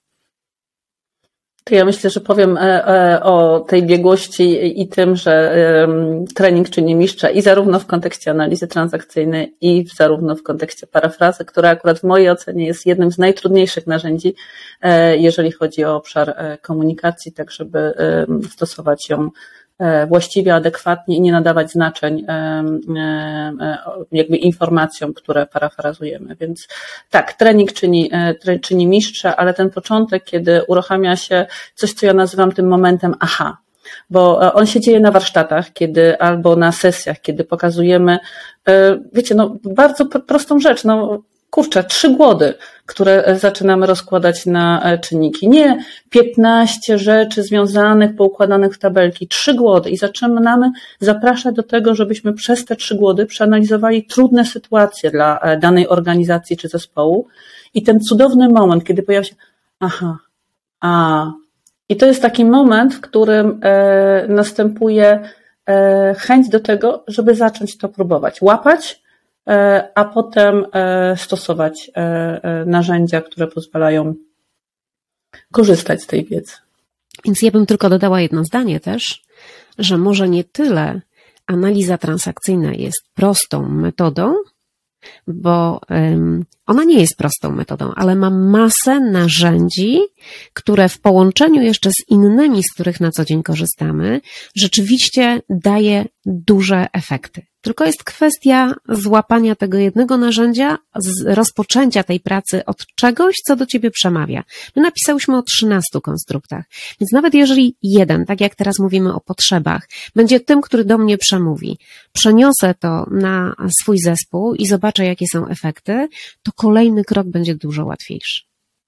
To ja myślę, że powiem o tej biegłości i tym, że trening czyni mistrza i zarówno w kontekście analizy transakcyjnej i zarówno w kontekście parafrazy, która akurat w mojej ocenie jest jednym z najtrudniejszych narzędzi, jeżeli chodzi o obszar komunikacji, tak żeby stosować ją właściwie, adekwatnie i nie nadawać znaczeń jakby informacjom, które parafrazujemy. Więc tak, trening czyni mistrza, ale ten początek, kiedy uruchamia się coś, co ja nazywam tym momentem aha, bo on się dzieje na warsztatach, albo na sesjach, kiedy pokazujemy, wiecie, bardzo prostą rzecz, 3 głody, które zaczynamy rozkładać na czynniki. Nie 15 rzeczy związanych, poukładanych w tabelki, 3 głody i zaczynamy zapraszać do tego, żebyśmy przez te 3 głody przeanalizowali trudne sytuacje dla danej organizacji czy zespołu i ten cudowny moment, kiedy pojawia się i to jest taki moment, w którym następuje chęć do tego, żeby zacząć to próbować, łapać, a potem stosować narzędzia, które pozwalają korzystać z tej wiedzy. Więc ja bym tylko dodała jedno zdanie też, że może nie tyle analiza transakcyjna jest prostą metodą, bo ona nie jest prostą metodą, ale ma masę narzędzi, które w połączeniu jeszcze z innymi, z których na co dzień korzystamy, rzeczywiście daje duże efekty. Tylko jest kwestia złapania tego jednego narzędzia, rozpoczęcia tej pracy od czegoś, co do ciebie przemawia. My napisałyśmy o 13 konstruktach, więc nawet jeżeli jeden, tak jak teraz mówimy o potrzebach, będzie tym, który do mnie przemówi, przeniosę to na swój zespół i zobaczę, jakie są efekty, to kolejny krok będzie dużo łatwiejszy.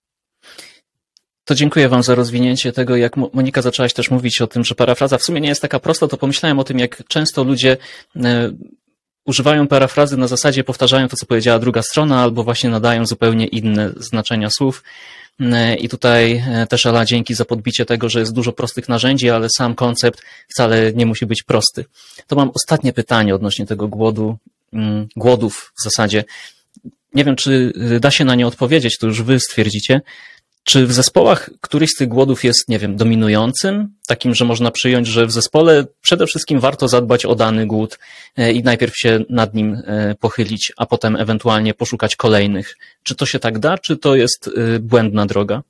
To dziękuję Wam za rozwinięcie tego, jak Monika zaczęłaś też mówić o tym, że parafraza w sumie nie jest taka prosta, to pomyślałem o tym, jak często ludzie używają parafrazy na zasadzie powtarzają to, co powiedziała druga strona, albo właśnie nadają zupełnie inne znaczenia słów. I tutaj też Ela, dzięki za podbicie tego, że jest dużo prostych narzędzi, ale sam koncept wcale nie musi być prosty. To mam ostatnie pytanie odnośnie tego głodów w zasadzie. Nie wiem, czy da się na nie odpowiedzieć, to już Wy stwierdzicie. Czy w zespołach któryś z tych głodów jest, nie wiem, dominującym? Takim, że można przyjąć, że w zespole przede wszystkim warto zadbać o dany głód i najpierw się nad nim pochylić, a potem ewentualnie poszukać kolejnych. Czy to się tak da, czy to jest błędna droga?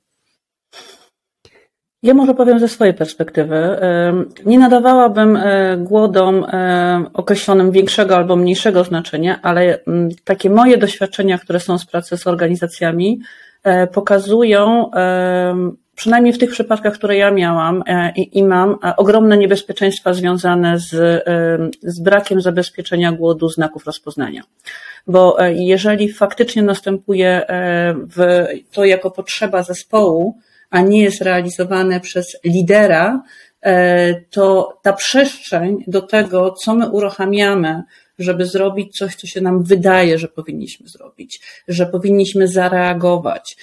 Ja może powiem ze swojej perspektywy. Nie nadawałabym głodom określonym większego albo mniejszego znaczenia, ale takie moje doświadczenia, które są z pracy z organizacjami, pokazują, przynajmniej w tych przypadkach, które ja miałam i mam, ogromne niebezpieczeństwa związane z brakiem zabezpieczenia głodu znaków rozpoznania. Bo jeżeli faktycznie następuje to jako potrzeba zespołu, a nie jest realizowane przez lidera, to ta przestrzeń do tego, co my uruchamiamy, żeby zrobić coś, co się nam wydaje, że powinniśmy zrobić, że powinniśmy zareagować,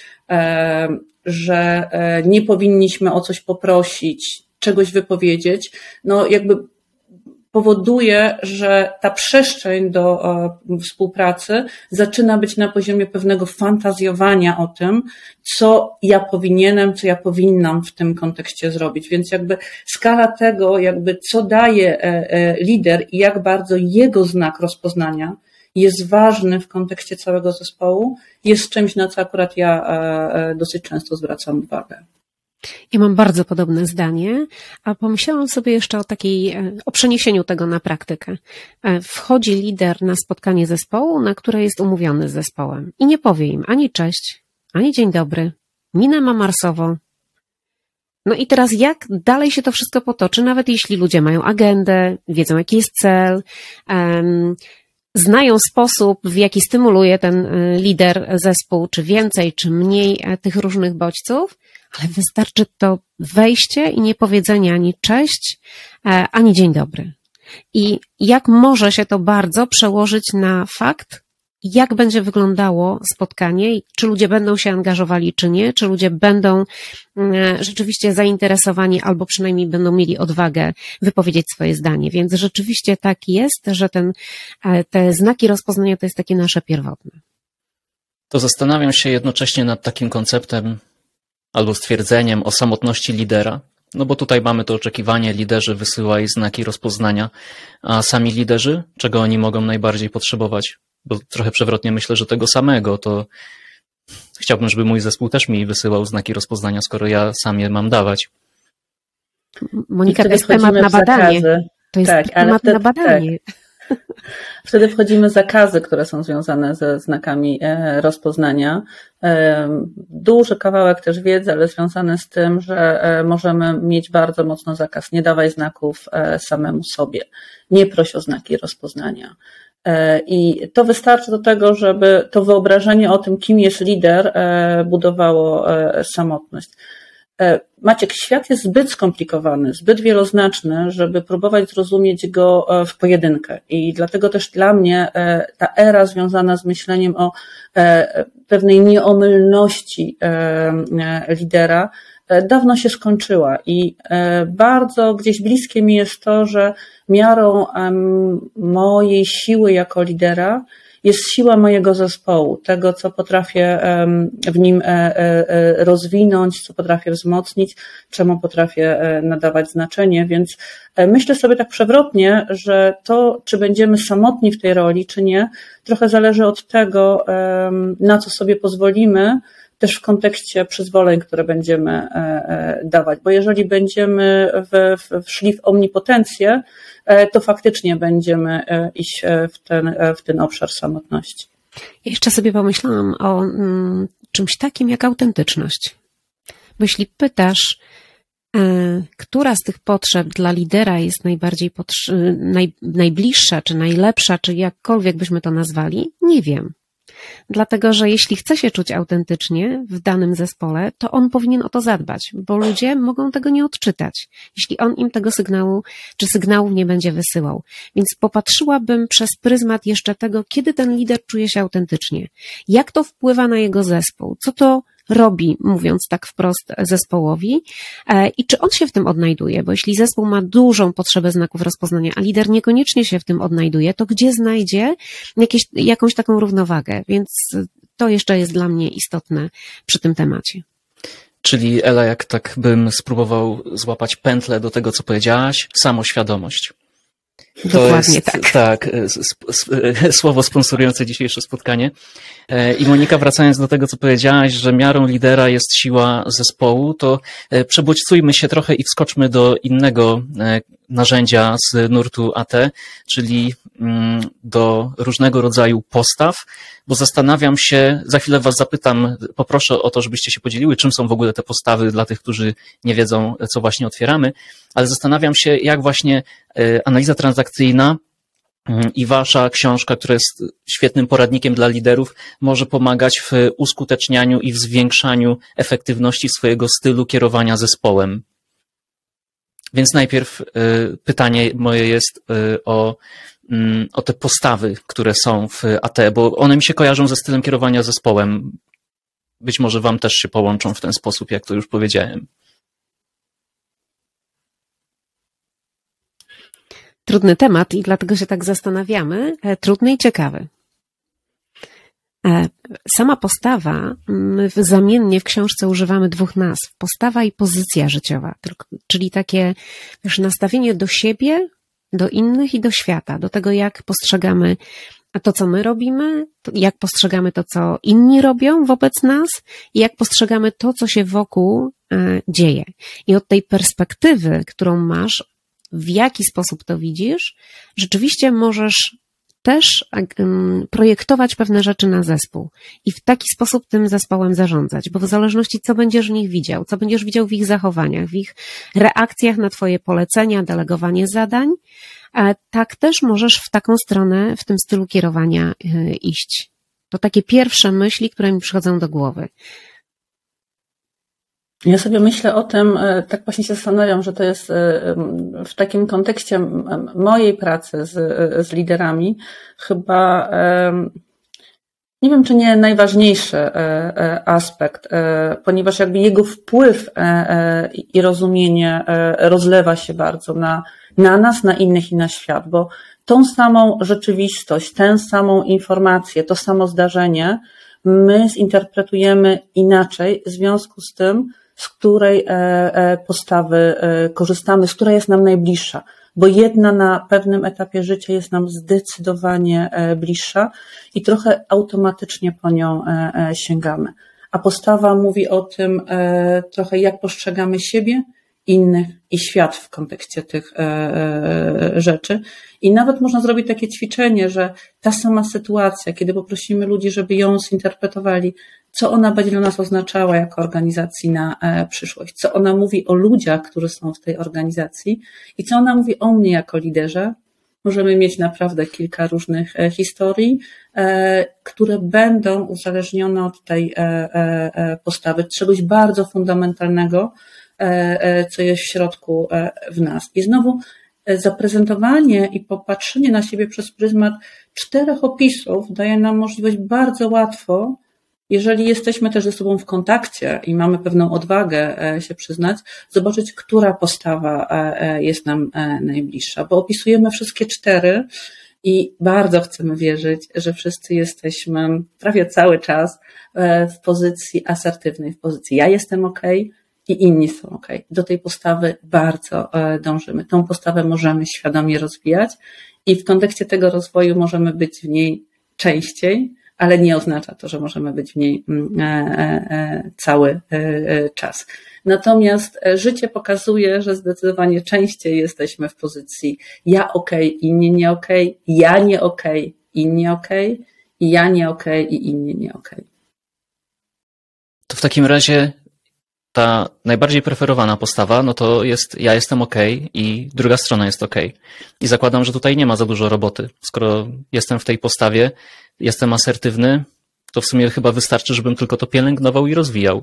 że nie powinniśmy o coś poprosić, czegoś wypowiedzieć, no jakby powoduje, że ta przestrzeń do współpracy zaczyna być na poziomie pewnego fantazjowania o tym, co ja powinienem, co ja powinnam w tym kontekście zrobić. Więc jakby skala tego, jakby co daje lider i jak bardzo jego znak rozpoznania jest ważny w kontekście całego zespołu, jest czymś, na co akurat ja dosyć często zwracam uwagę. Ja mam bardzo podobne zdanie, a pomyślałam sobie jeszcze o przeniesieniu tego na praktykę. Wchodzi lider na spotkanie zespołu, na które jest umówiony z zespołem i nie powie im ani cześć, ani dzień dobry, minę ma marsową. No i teraz jak dalej się to wszystko potoczy, nawet jeśli ludzie mają agendę, wiedzą jaki jest cel, znają sposób, w jaki stymuluje ten lider zespół, czy więcej, czy mniej tych różnych bodźców, ale wystarczy to wejście i nie powiedzenie ani cześć, ani dzień dobry. I jak może się to bardzo przełożyć na fakt, jak będzie wyglądało spotkanie, czy ludzie będą się angażowali, czy nie, czy ludzie będą rzeczywiście zainteresowani, albo przynajmniej będą mieli odwagę wypowiedzieć swoje zdanie. Więc rzeczywiście tak jest, że te znaki rozpoznania to jest takie nasze pierwotne. To zastanawiam się jednocześnie nad takim konceptem albo stwierdzeniem o samotności lidera, no bo tutaj mamy to oczekiwanie, liderzy wysyłaj znaki rozpoznania, a sami liderzy, czego oni mogą najbardziej potrzebować? Bo trochę przewrotnie myślę, że tego samego, to chciałbym, żeby mój zespół też mi wysyłał znaki rozpoznania, skoro ja sam je mam dawać. Monika, to jest temat na badanie. To jest temat na badanie. Tak. Wtedy wchodzimy w zakazy, które są związane ze znakami rozpoznania. Duży kawałek też wiedzy, ale związany z tym, że możemy mieć bardzo mocno zakaz. Nie dawaj znaków samemu sobie. Nie proś o znaki rozpoznania. I to wystarczy do tego, żeby to wyobrażenie o tym, kim jest lider, budowało samotność. Maciek, świat jest zbyt skomplikowany, zbyt wieloznaczny, żeby próbować zrozumieć go w pojedynkę. I dlatego też dla mnie ta era związana z myśleniem o pewnej nieomylności lidera dawno się skończyła i bardzo gdzieś bliskie mi jest to, że miarą mojej siły jako lidera jest siła mojego zespołu, tego, co potrafię w nim rozwinąć, co potrafię wzmocnić, czemu potrafię nadawać znaczenie, więc myślę sobie tak przewrotnie, że to, czy będziemy samotni w tej roli, czy nie, trochę zależy od tego, na co sobie pozwolimy, też w kontekście przyzwoleń, które będziemy dawać, bo jeżeli będziemy szli w omnipotencję, to faktycznie będziemy iść w ten obszar samotności. Ja jeszcze sobie pomyślałam o czymś takim jak autentyczność. Bo jeśli pytasz, która z tych potrzeb dla lidera jest najbliższa, czy najlepsza, czy jakkolwiek byśmy to nazwali, nie wiem. Dlatego, że jeśli chce się czuć autentycznie w danym zespole, to on powinien o to zadbać, bo ludzie mogą tego nie odczytać, jeśli on im tego sygnału czy sygnałów nie będzie wysyłał. Więc popatrzyłabym przez pryzmat jeszcze tego, kiedy ten lider czuje się autentycznie, jak to wpływa na jego zespół, co to robi, mówiąc tak wprost zespołowi i czy on się w tym odnajduje, bo jeśli zespół ma dużą potrzebę znaków rozpoznania, a lider niekoniecznie się w tym odnajduje, to gdzie znajdzie jakąś taką równowagę, więc to jeszcze jest dla mnie istotne przy tym temacie. Czyli Ela, jak tak bym spróbował złapać pętlę do tego, co powiedziałaś, samoświadomość. Dokładnie jest, tak. Słowo sponsorujące dzisiejsze spotkanie. I Monika, wracając do tego, co powiedziałaś, że miarą lidera jest siła zespołu, to przebodźcujmy się trochę i wskoczmy do innego narzędzia z nurtu AT, czyli do różnego rodzaju postaw, bo zastanawiam się, za chwilę was zapytam, poproszę o to, żebyście się podzieliły, czym są w ogóle te postawy dla tych, którzy nie wiedzą, co właśnie otwieramy, ale zastanawiam się, jak właśnie analiza transakcyjna i wasza książka, która jest świetnym poradnikiem dla liderów, może pomagać w uskutecznianiu i w zwiększaniu efektywności swojego stylu kierowania zespołem. Więc najpierw pytanie moje jest o te postawy, które są w AT, bo one mi się kojarzą ze stylem kierowania zespołem. Być może wam też się połączą w ten sposób, jak to już powiedziałem. Trudny temat i dlatego się tak zastanawiamy. Trudny i ciekawy. Sama postawa, my zamiennie w książce używamy dwóch nazw. Postawa i pozycja życiowa, czyli takie nastawienie do siebie, do innych i do świata, do tego, jak postrzegamy to, co my robimy, jak postrzegamy to, co inni robią wobec nas i jak postrzegamy to, co się wokół dzieje. I od tej perspektywy, którą masz, w jaki sposób to widzisz, rzeczywiście możesz też projektować pewne rzeczy na zespół i w taki sposób tym zespołem zarządzać, bo w zależności co będziesz w nich widział, co będziesz widział w ich zachowaniach, w ich reakcjach na twoje polecenia, delegowanie zadań, tak też możesz w taką stronę, w tym stylu kierowania iść. To takie pierwsze myśli, które mi przychodzą do głowy. Ja sobie myślę o tym, tak właśnie się zastanawiam, że to jest w takim kontekście mojej pracy z liderami chyba, nie wiem, czy nie najważniejszy aspekt, ponieważ jakby jego wpływ i rozumienie rozlewa się bardzo na nas, na innych i na świat, bo tą samą rzeczywistość, tę samą informację, to samo zdarzenie my zinterpretujemy inaczej w związku z tym, z której postawy korzystamy, z której jest nam najbliższa, bo jedna na pewnym etapie życia jest nam zdecydowanie bliższa i trochę automatycznie po nią sięgamy. A postawa mówi o tym trochę, jak postrzegamy siebie, innych i świat w kontekście tych rzeczy. I nawet można zrobić takie ćwiczenie, że ta sama sytuacja, kiedy poprosimy ludzi, żeby ją zinterpretowali, co ona będzie dla nas oznaczała jako organizacji na przyszłość, co ona mówi o ludziach, którzy są w tej organizacji i co ona mówi o mnie jako liderze. Możemy mieć naprawdę kilka różnych historii, które będą uzależnione od tej postawy, czegoś bardzo fundamentalnego, co jest w środku w nas. I znowu zaprezentowanie i popatrzenie na siebie przez pryzmat 4 opisów daje nam możliwość bardzo łatwo, jeżeli jesteśmy też ze sobą w kontakcie i mamy pewną odwagę się przyznać, zobaczyć, która postawa jest nam najbliższa, bo opisujemy wszystkie 4 I bardzo chcemy wierzyć, że wszyscy jesteśmy prawie cały czas w pozycji asertywnej, w pozycji ja jestem okej i inni są okej. Do tej postawy bardzo dążymy. Tą postawę możemy świadomie rozwijać i w kontekście tego rozwoju możemy być w niej częściej, ale nie oznacza to, że możemy być w niej cały czas. Natomiast życie pokazuje, że zdecydowanie częściej jesteśmy w pozycji ja okej, inni nie okej, ja nie okej, inni okej, i ja nie okej i inni nie okej. To w takim razie ta najbardziej preferowana postawa, no to jest ja jestem okej i druga strona jest okej. I zakładam, że tutaj nie ma za dużo roboty. Skoro jestem w tej postawie, jestem asertywny, to w sumie chyba wystarczy, żebym tylko to pielęgnował i rozwijał.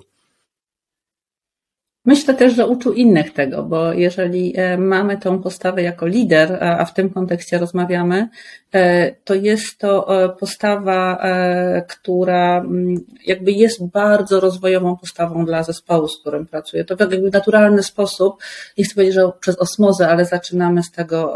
Myślę też, że uczył innych tego, bo jeżeli mamy tą postawę jako lider, a w tym kontekście rozmawiamy, to jest to postawa, która jakby jest bardzo rozwojową postawą dla zespołu, z którym pracuję. To w jakby naturalny sposób, nie chcę powiedzieć, że przez osmozę, ale zaczynamy z tego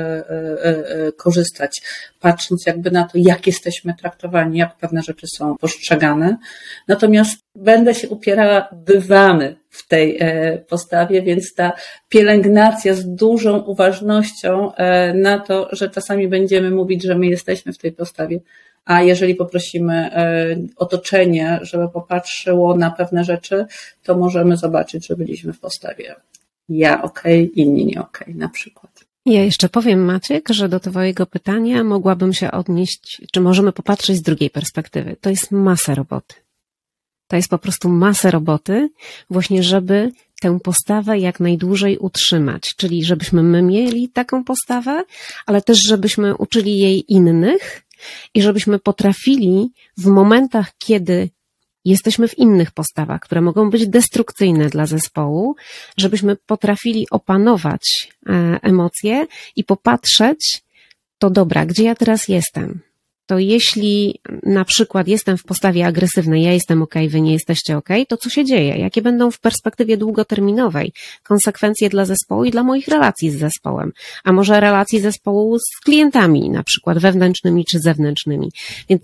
korzystać, patrząc jakby na to, jak jesteśmy traktowani, jak pewne rzeczy są postrzegane. Natomiast będę się upierała, bywamy w tej postawie, więc ta pielęgnacja z dużą uważnością na to, że czasami będziemy mówić, że my jesteśmy w tej postawie, a jeżeli poprosimy otoczenie, żeby popatrzyło na pewne rzeczy, to możemy zobaczyć, że byliśmy w postawie ja okej, inni nie okej, na przykład. Ja jeszcze powiem, Maciek, że do twojego pytania mogłabym się odnieść, czy możemy popatrzeć z drugiej perspektywy. To jest masa roboty. To jest po prostu masa roboty, właśnie żeby tę postawę jak najdłużej utrzymać, czyli żebyśmy my mieli taką postawę, ale też żebyśmy uczyli jej innych i żebyśmy potrafili w momentach, kiedy jesteśmy w innych postawach, które mogą być destrukcyjne dla zespołu, żebyśmy potrafili opanować emocje i popatrzeć, to dobra, gdzie ja teraz jestem? To jeśli na przykład jestem w postawie agresywnej, ja jestem okej, wy nie jesteście okej, to co się dzieje? Jakie będą w perspektywie długoterminowej konsekwencje dla zespołu i dla moich relacji z zespołem? A może relacji zespołu z klientami, na przykład wewnętrznymi czy zewnętrznymi? Więc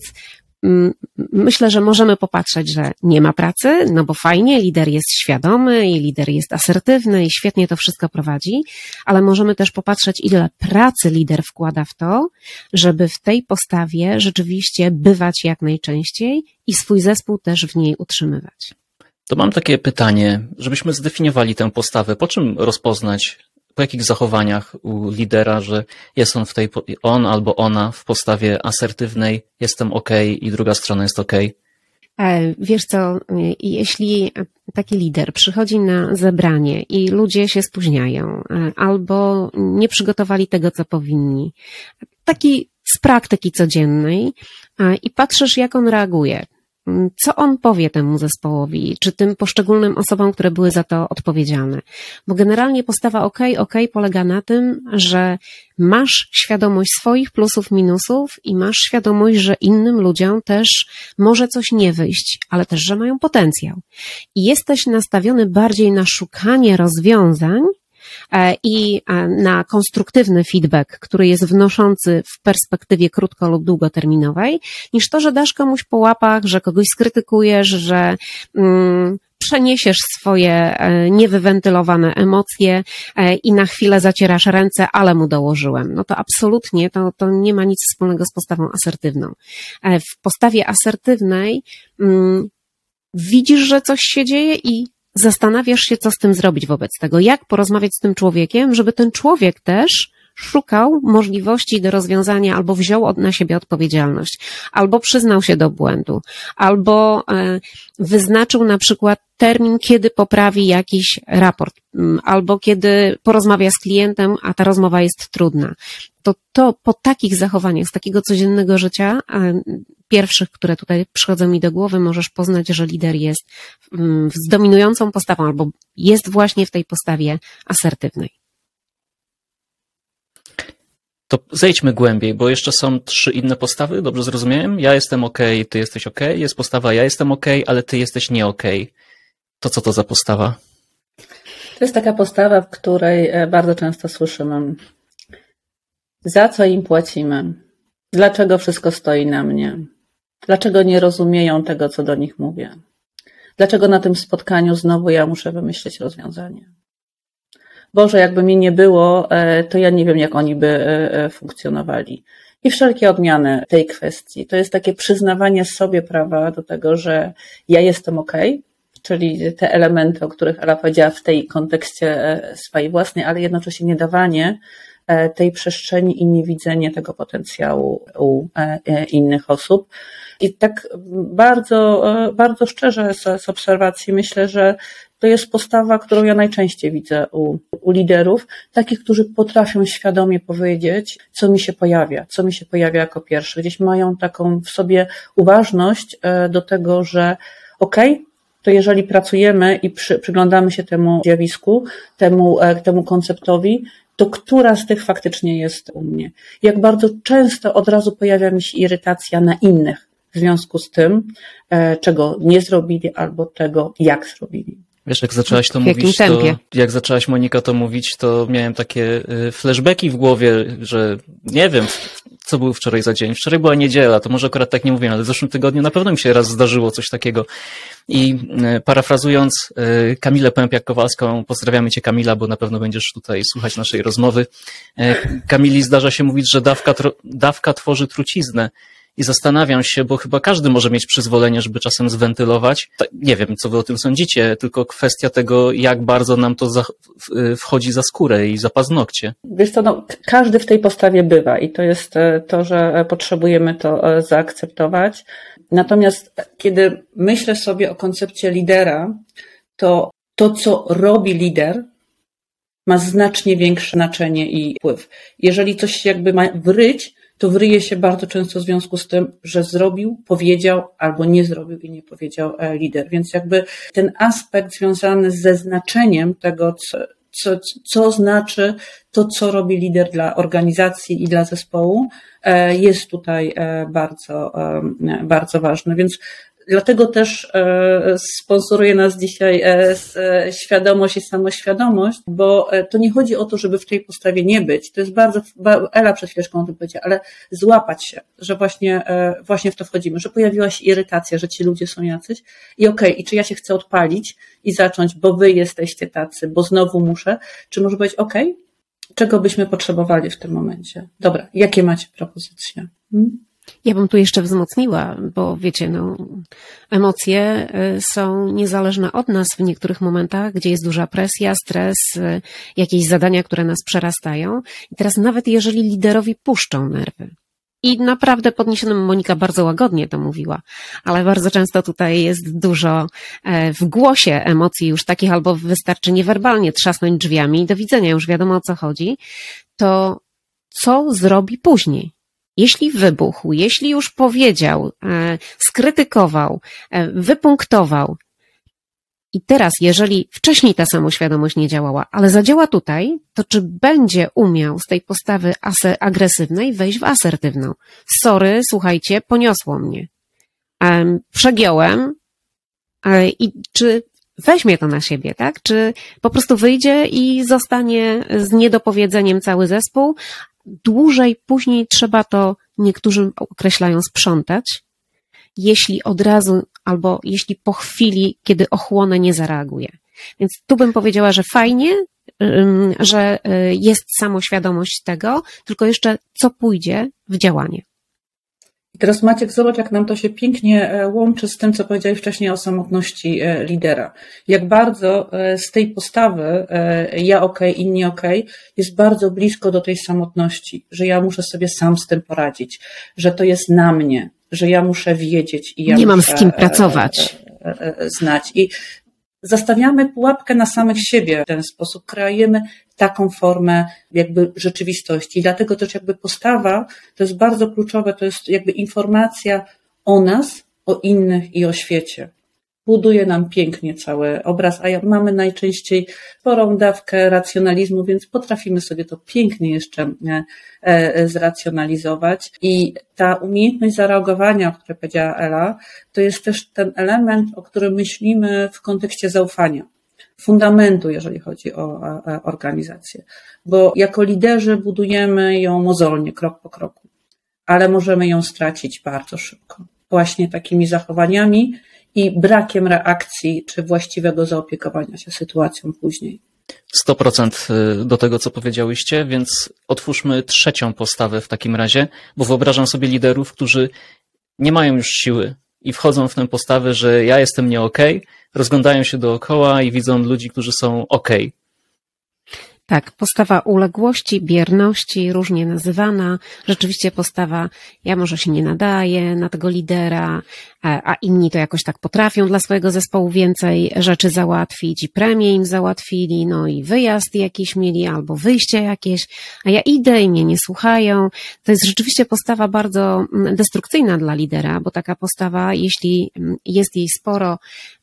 myślę, że możemy popatrzeć, że nie ma pracy, no bo fajnie, lider jest świadomy i lider jest asertywny i świetnie to wszystko prowadzi, ale możemy też popatrzeć, ile pracy lider wkłada w to, żeby w tej postawie rzeczywiście bywać jak najczęściej i swój zespół też w niej utrzymywać. To mam takie pytanie, żebyśmy zdefiniowali tę postawę. Po czym rozpoznać, po jakich zachowaniach u lidera, że jest on albo ona w postawie asertywnej, jestem okej i druga strona jest okej? Wiesz co, jeśli taki lider przychodzi na zebranie i ludzie się spóźniają albo nie przygotowali tego, co powinni, taki z praktyki codziennej i patrzysz, jak on reaguje, co on powie temu zespołowi, czy tym poszczególnym osobom, które były za to odpowiedzialne. Bo generalnie postawa okej polega na tym, że masz świadomość swoich plusów, minusów i masz świadomość, że innym ludziom też może coś nie wyjść, ale też, że mają potencjał. I jesteś nastawiony bardziej na szukanie rozwiązań i na konstruktywny feedback, który jest wnoszący w perspektywie krótko- lub długoterminowej, niż to, że dasz komuś po łapach, że kogoś skrytykujesz, że przeniesiesz swoje niewywentylowane emocje i na chwilę zacierasz ręce, ale mu dołożyłem. No to absolutnie to nie ma nic wspólnego z postawą asertywną. W postawie asertywnej widzisz, że coś się dzieje i zastanawiasz się, co z tym zrobić wobec tego, jak porozmawiać z tym człowiekiem, żeby ten człowiek też szukał możliwości do rozwiązania albo wziął na siebie odpowiedzialność, albo przyznał się do błędu, albo wyznaczył na przykład termin, kiedy poprawi jakiś raport, albo kiedy porozmawia z klientem, a ta rozmowa jest trudna. To po takich zachowaniach z takiego codziennego życia, pierwszych, które tutaj przychodzą mi do głowy, możesz poznać, że lider jest z dominującą postawą albo jest właśnie w tej postawie asertywnej. To zejdźmy głębiej, bo jeszcze są 3 inne postawy, dobrze zrozumiałem? Ja jestem okej, ty jesteś okej, jest postawa ja jestem okej, ale ty jesteś nie okej. To co to za postawa? To jest taka postawa, w której bardzo często słyszymy, za co im płacimy, Dlaczego wszystko stoi na mnie? Dlaczego nie rozumieją tego, co do nich mówię? Dlaczego na tym spotkaniu znowu ja muszę wymyślić rozwiązanie? Boże, jakby mnie nie było, to ja nie wiem, jak oni by funkcjonowali. I wszelkie odmiany tej kwestii. To jest takie przyznawanie sobie prawa do tego, że ja jestem okej, czyli te elementy, o których Ela powiedziała w tej kontekście swojej własnej, ale jednocześnie nie dawanie tej przestrzeni i niewidzenie tego potencjału u innych osób. I tak bardzo, bardzo szczerze z obserwacji myślę, że to jest postawa, którą ja najczęściej widzę u liderów, takich, którzy potrafią świadomie powiedzieć, co mi się pojawia jako pierwsze. Gdzieś mają taką w sobie uważność do tego, że to jeżeli pracujemy i przyglądamy się temu zjawisku, temu konceptowi, to która z tych faktycznie jest u mnie? Jak bardzo często od razu pojawia mi się irytacja na innych w związku z tym, czego nie zrobili albo tego, jak zrobili. Wiesz, jak zaczęłaś to mówić, jak zaczęłaś, Monika, to mówić, to miałem takie flashbacki w głowie, że nie wiem, co był wczoraj za dzień. Wczoraj była niedziela, to może akurat tak nie mówię, ale w zeszłym tygodniu na pewno mi się raz zdarzyło coś takiego. I parafrazując Kamilę Pępiak-Kowalską, pozdrawiamy cię, Kamila, bo na pewno będziesz tutaj słuchać naszej rozmowy. Kamili zdarza się mówić, że dawka tworzy truciznę. I zastanawiam się, bo chyba każdy może mieć przyzwolenie, żeby czasem zwentylować. Nie wiem, co wy o tym sądzicie, tylko kwestia tego, jak bardzo nam to wchodzi za skórę i za paznokcie. Wiesz co, każdy w tej postawie bywa i to jest to, że potrzebujemy to zaakceptować. Natomiast kiedy myślę sobie o koncepcie lidera, to co robi lider, ma znacznie większe znaczenie i wpływ. Jeżeli coś jakby ma wryć, to wryje się bardzo często w związku z tym, że zrobił, powiedział albo nie zrobił i nie powiedział lider. Więc jakby ten aspekt związany ze znaczeniem tego, co znaczy to, co robi lider dla organizacji i dla zespołu, jest tutaj bardzo, bardzo ważny. Więc dlatego też sponsoruje nas dzisiaj świadomość i samoświadomość, bo to nie chodzi o to, żeby w tej postawie nie być. To jest bardzo, Ela przed chwileczką o tym powiedziała, ale złapać się, że właśnie w to wchodzimy, że pojawiła się irytacja, że ci ludzie są jacyś i i czy ja się chcę odpalić i zacząć, bo wy jesteście tacy, bo znowu muszę, czy może być czego byśmy potrzebowali w tym momencie? Dobra, jakie macie propozycje? Ja bym tu jeszcze wzmocniła, bo wiecie, emocje są niezależne od nas w niektórych momentach, gdzie jest duża presja, stres, jakieś zadania, które nas przerastają. I teraz nawet jeżeli liderowi puszczą nerwy, i naprawdę podniesionym, Monika bardzo łagodnie to mówiła, ale bardzo często tutaj jest dużo w głosie emocji już takich, albo wystarczy niewerbalnie trzasnąć drzwiami i do widzenia, już wiadomo o co chodzi, to co zrobi później? Jeśli wybuchł, jeśli już powiedział, skrytykował, wypunktował i teraz, jeżeli wcześniej ta samoświadomość nie działała, ale zadziała tutaj, to czy będzie umiał z tej postawy agresywnej wejść w asertywną? Sorry, słuchajcie, poniosło mnie. Przegiąłem i czy weźmie to na siebie, tak? Czy po prostu wyjdzie i zostanie z niedopowiedzeniem cały zespół? Dłużej później trzeba to, niektórzy określają, sprzątać, jeśli od razu albo jeśli po chwili, kiedy ochłonę, nie zareaguje. Więc tu bym powiedziała, że fajnie, że jest samoświadomość tego, tylko jeszcze co pójdzie w działanie. I teraz Maciek, zobacz, jak nam to się pięknie łączy z tym, co powiedziałeś wcześniej o samotności lidera. Jak bardzo z tej postawy ja inni jest bardzo blisko do tej samotności, że ja muszę sobie sam z tym poradzić, że to jest na mnie, że ja muszę wiedzieć i ja nie muszę mam z kim pracować. Znać. I zastawiamy pułapkę na samych siebie w ten sposób, kreujemy taką formę jakby rzeczywistości. I dlatego też jakby postawa to jest bardzo kluczowe, to jest jakby informacja o nas, o innych i o świecie. Buduje nam pięknie cały obraz, a mamy najczęściej sporą dawkę racjonalizmu, więc potrafimy sobie to pięknie jeszcze zracjonalizować. I ta umiejętność zareagowania, o której powiedziała Ela, to jest też ten element, o którym myślimy w kontekście zaufania. Fundamentu, jeżeli chodzi o organizację. Bo jako liderzy budujemy ją mozolnie, krok po kroku. ale możemy ją stracić bardzo szybko. Właśnie takimi zachowaniami i brakiem reakcji czy właściwego zaopiekowania się sytuacją później. 100% do tego, co powiedziałyście, więc otwórzmy trzecią postawę w takim razie, bo wyobrażam sobie liderów, którzy nie mają już siły i wchodzą w tę postawę, że ja jestem nie okej, rozglądają się dookoła i widzą ludzi, którzy są okej. Tak, postawa uległości, bierności, różnie nazywana. Rzeczywiście postawa, ja może się nie nadaję na tego lidera, a inni to jakoś tak potrafią dla swojego zespołu więcej rzeczy załatwić i premię im załatwili, no i wyjazd jakiś mieli albo wyjście jakieś, a ja idę i mnie nie słuchają. To jest rzeczywiście postawa bardzo destrukcyjna dla lidera, bo taka postawa, jeśli jest jej sporo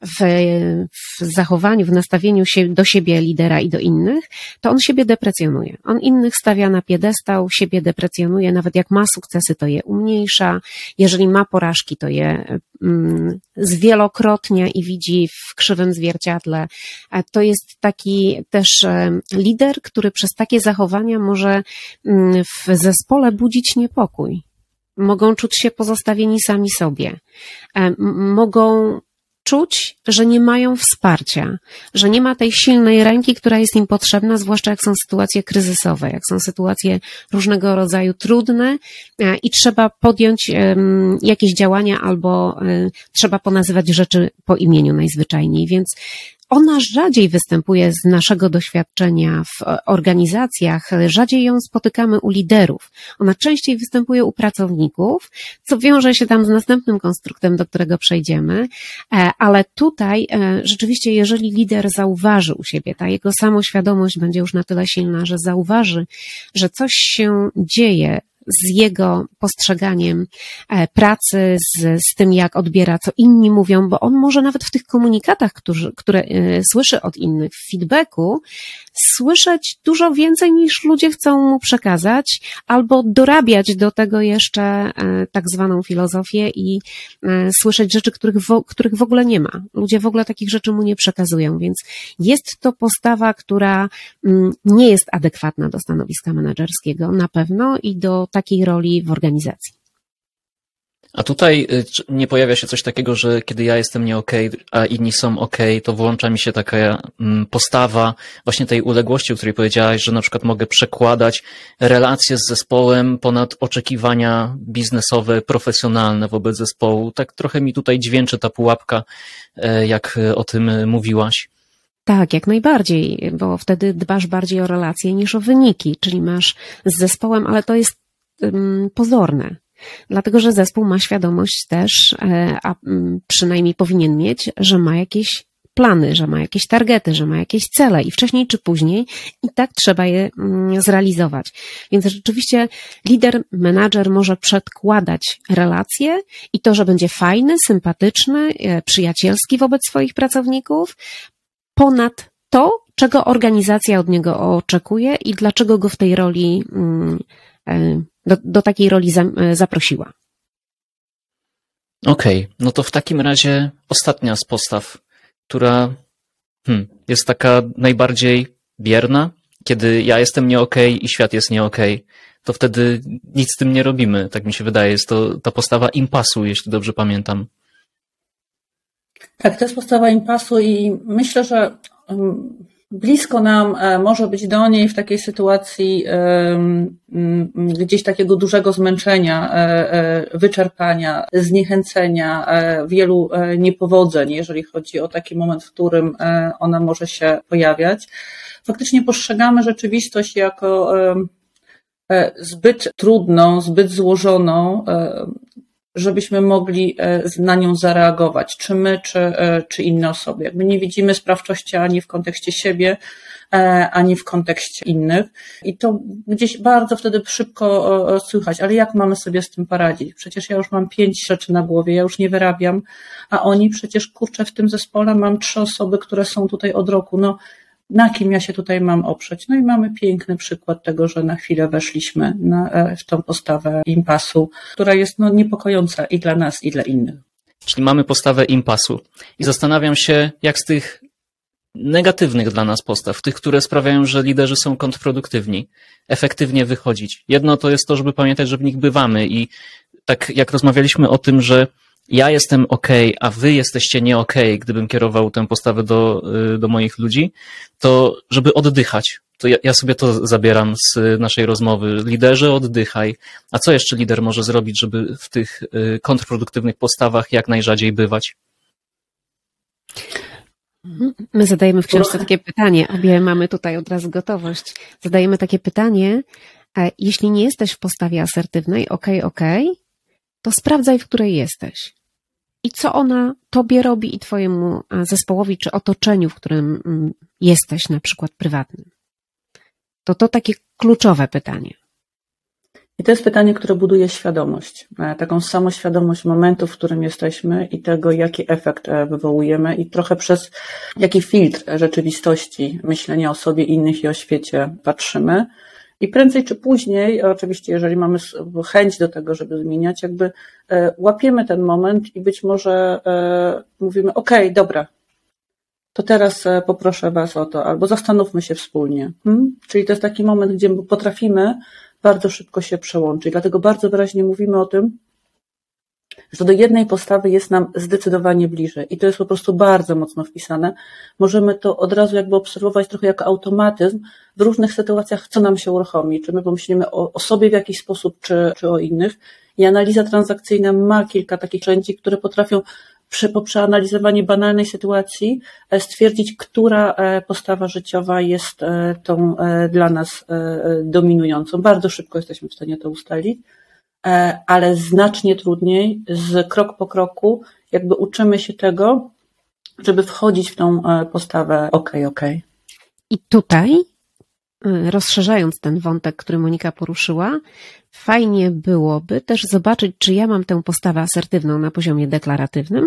w zachowaniu, w nastawieniu się do siebie lidera i do innych, to on siebie deprecjonuje. On innych stawia na piedestał, siebie deprecjonuje, nawet jak ma sukcesy, to je umniejsza. Jeżeli ma porażki, to je zwielokrotnia i widzi w krzywym zwierciadle. To jest taki też lider, który przez takie zachowania może w zespole budzić niepokój. Mogą czuć się pozostawieni sami sobie. Mogą czuć, że nie mają wsparcia, że nie ma tej silnej ręki, która jest im potrzebna, zwłaszcza jak są sytuacje kryzysowe, jak są sytuacje różnego rodzaju trudne i trzeba podjąć jakieś działania albo trzeba ponazywać rzeczy po imieniu najzwyczajniej, więc ona rzadziej występuje z naszego doświadczenia w organizacjach, rzadziej ją spotykamy u liderów. Ona częściej występuje u pracowników, co wiąże się tam z następnym konstruktem, do którego przejdziemy, ale tutaj rzeczywiście, jeżeli lider zauważy u siebie, ta jego samoświadomość będzie już na tyle silna, że zauważy, że coś się dzieje z jego postrzeganiem pracy, z tym, jak odbiera, co inni mówią, bo on może nawet w tych komunikatach, które słyszy od innych, w feedbacku, słyszeć dużo więcej niż ludzie chcą mu przekazać, albo dorabiać do tego jeszcze tak zwaną filozofię i słyszeć rzeczy, których w ogóle nie ma. Ludzie w ogóle takich rzeczy mu nie przekazują, więc jest to postawa, która nie jest adekwatna do stanowiska menedżerskiego na pewno i do takiej roli w organizacji. A tutaj nie pojawia się coś takiego, że kiedy ja jestem nie okej, a inni są okej, to włącza mi się taka postawa właśnie tej uległości, o której powiedziałaś, że na przykład mogę przekładać relacje z zespołem ponad oczekiwania biznesowe, profesjonalne wobec zespołu. Tak trochę mi tutaj dźwięczy ta pułapka, jak o tym mówiłaś. Tak, jak najbardziej, bo wtedy dbasz bardziej o relacje niż o wyniki, czyli masz z zespołem, ale to jest pozorne. Dlatego, że zespół ma świadomość też, a przynajmniej powinien mieć, że ma jakieś plany, że ma jakieś targety, że ma jakieś cele i wcześniej czy później i tak trzeba je zrealizować. Więc rzeczywiście lider, menadżer może przedkładać relacje i to, że będzie fajny, sympatyczny, przyjacielski wobec swoich pracowników, ponad to, czego organizacja od niego oczekuje i dlaczego go w tej roli do takiej roli zaprosiła. Okej, no to w takim razie ostatnia z postaw, która jest taka najbardziej bierna, kiedy ja jestem nie okej i świat jest nie okej, to wtedy nic z tym nie robimy, tak mi się wydaje. Jest to ta postawa impasu, jeśli dobrze pamiętam. Tak, to jest postawa impasu i myślę, że blisko nam może być do niej w takiej sytuacji gdzieś takiego dużego zmęczenia, wyczerpania, zniechęcenia, wielu niepowodzeń, jeżeli chodzi o taki moment, w którym ona może się pojawiać. Faktycznie postrzegamy rzeczywistość jako zbyt trudną, zbyt złożoną, żebyśmy mogli na nią zareagować, czy my, czy inne osoby. Jakby nie widzimy sprawczości ani w kontekście siebie, ani w kontekście innych. I to gdzieś bardzo wtedy szybko słychać, ale jak mamy sobie z tym poradzić? Przecież ja już mam 5 rzeczy na głowie, ja już nie wyrabiam, a oni przecież, kurczę, w tym zespole mam 3 osoby, które są tutaj od roku. No, na kim ja się tutaj mam oprzeć? No i mamy piękny przykład tego, że na chwilę weszliśmy w tą postawę impasu, która jest niepokojąca i dla nas, i dla innych. Czyli mamy postawę impasu. I zastanawiam się, jak z tych negatywnych dla nas postaw, tych, które sprawiają, że liderzy są kontrproduktywni, efektywnie wychodzić. Jedno to jest to, żeby pamiętać, że w nich bywamy i tak jak rozmawialiśmy o tym, że ja jestem okej, a wy jesteście nie okej, gdybym kierował tę postawę do moich ludzi, to żeby oddychać. To ja sobie to zabieram z naszej rozmowy. Liderze, oddychaj. A co jeszcze lider może zrobić, żeby w tych kontrproduktywnych postawach jak najrzadziej bywać? My zadajemy w książce takie pytanie, obie mamy tutaj od razu gotowość. Zadajemy takie pytanie, jeśli nie jesteś w postawie asertywnej, okej, to sprawdzaj, w której jesteś. I co ona tobie robi i twojemu zespołowi, czy otoczeniu, w którym jesteś, na przykład prywatnym. To takie kluczowe pytanie. I to jest pytanie, które buduje świadomość, taką samoświadomość momentu, w którym jesteśmy i tego, jaki efekt wywołujemy i trochę przez jaki filtr rzeczywistości, myślenia o sobie, innych i o świecie patrzymy. I prędzej czy później, oczywiście jeżeli mamy chęć do tego, żeby zmieniać, jakby łapiemy ten moment i być może mówimy, okej, dobra, to teraz poproszę was o to, albo zastanówmy się wspólnie. Czyli to jest taki moment, gdzie potrafimy bardzo szybko się przełączyć. Dlatego bardzo wyraźnie mówimy o tym, że do jednej postawy jest nam zdecydowanie bliżej i to jest po prostu bardzo mocno wpisane. Możemy to od razu jakby obserwować trochę jako automatyzm w różnych sytuacjach, co nam się uruchomi, czy my pomyślimy o sobie w jakiś sposób, czy o innych. I analiza transakcyjna ma kilka takich narzędzi, które potrafią po przeanalizowaniu banalnej sytuacji stwierdzić, która postawa życiowa jest tą dla nas dominującą. Bardzo szybko jesteśmy w stanie to ustalić, ale znacznie trudniej, krok po kroku, jakby uczymy się tego, żeby wchodzić w tą postawę okej. I tutaj, rozszerzając ten wątek, który Monika poruszyła, fajnie byłoby też zobaczyć, czy ja mam tę postawę asertywną na poziomie deklaratywnym,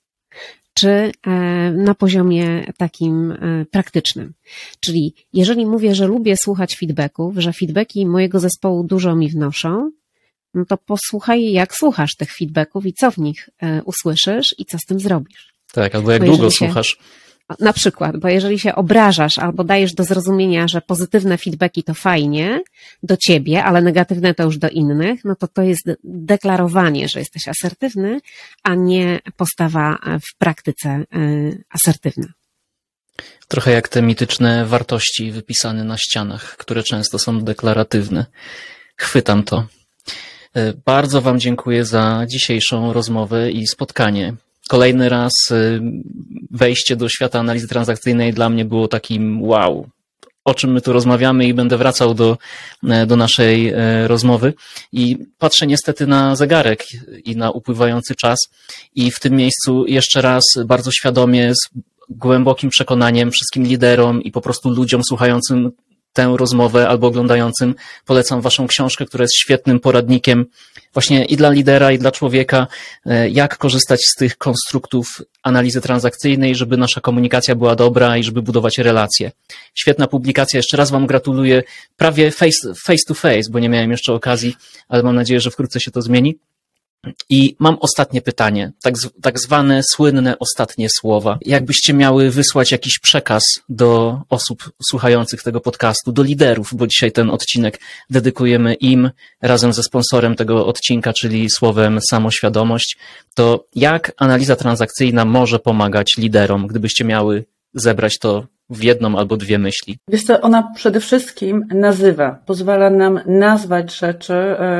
czy na poziomie takim praktycznym. Czyli jeżeli mówię, że lubię słuchać feedbacków, że feedbacki mojego zespołu dużo mi wnoszą, no to posłuchaj, jak słuchasz tych feedbacków i co w nich usłyszysz i co z tym zrobisz. Tak, albo jak długo słuchasz. Na przykład, bo jeżeli się obrażasz albo dajesz do zrozumienia, że pozytywne feedbacki to fajnie do ciebie, ale negatywne to już do innych, no to jest deklarowanie, że jesteś asertywny, a nie postawa w praktyce asertywna. Trochę jak te mityczne wartości wypisane na ścianach, które często są deklaratywne. Chwytam to. Bardzo wam dziękuję za dzisiejszą rozmowę i spotkanie. Kolejny raz wejście do świata analizy transakcyjnej dla mnie było takim wow, o czym my tu rozmawiamy i będę wracał do naszej rozmowy i patrzę niestety na zegarek i na upływający czas i w tym miejscu jeszcze raz bardzo świadomie, z głębokim przekonaniem wszystkim liderom i po prostu ludziom słuchającym tę rozmowę albo oglądającym polecam waszą książkę, która jest świetnym poradnikiem właśnie i dla lidera, i dla człowieka, jak korzystać z tych konstruktów analizy transakcyjnej, żeby nasza komunikacja była dobra i żeby budować relacje. Świetna publikacja, jeszcze raz wam gratuluję, prawie face to face, bo nie miałem jeszcze okazji, ale mam nadzieję, że wkrótce się to zmieni. I mam ostatnie pytanie, tak zwane słynne ostatnie słowa. Jakbyście miały wysłać jakiś przekaz do osób słuchających tego podcastu, do liderów, bo dzisiaj ten odcinek dedykujemy im razem ze sponsorem tego odcinka, czyli słowem samoświadomość, to jak analiza transakcyjna może pomagać liderom, gdybyście miały zebrać to w jedną albo dwie myśli? Wiesz co, ona przede wszystkim pozwala nam nazwać rzeczy,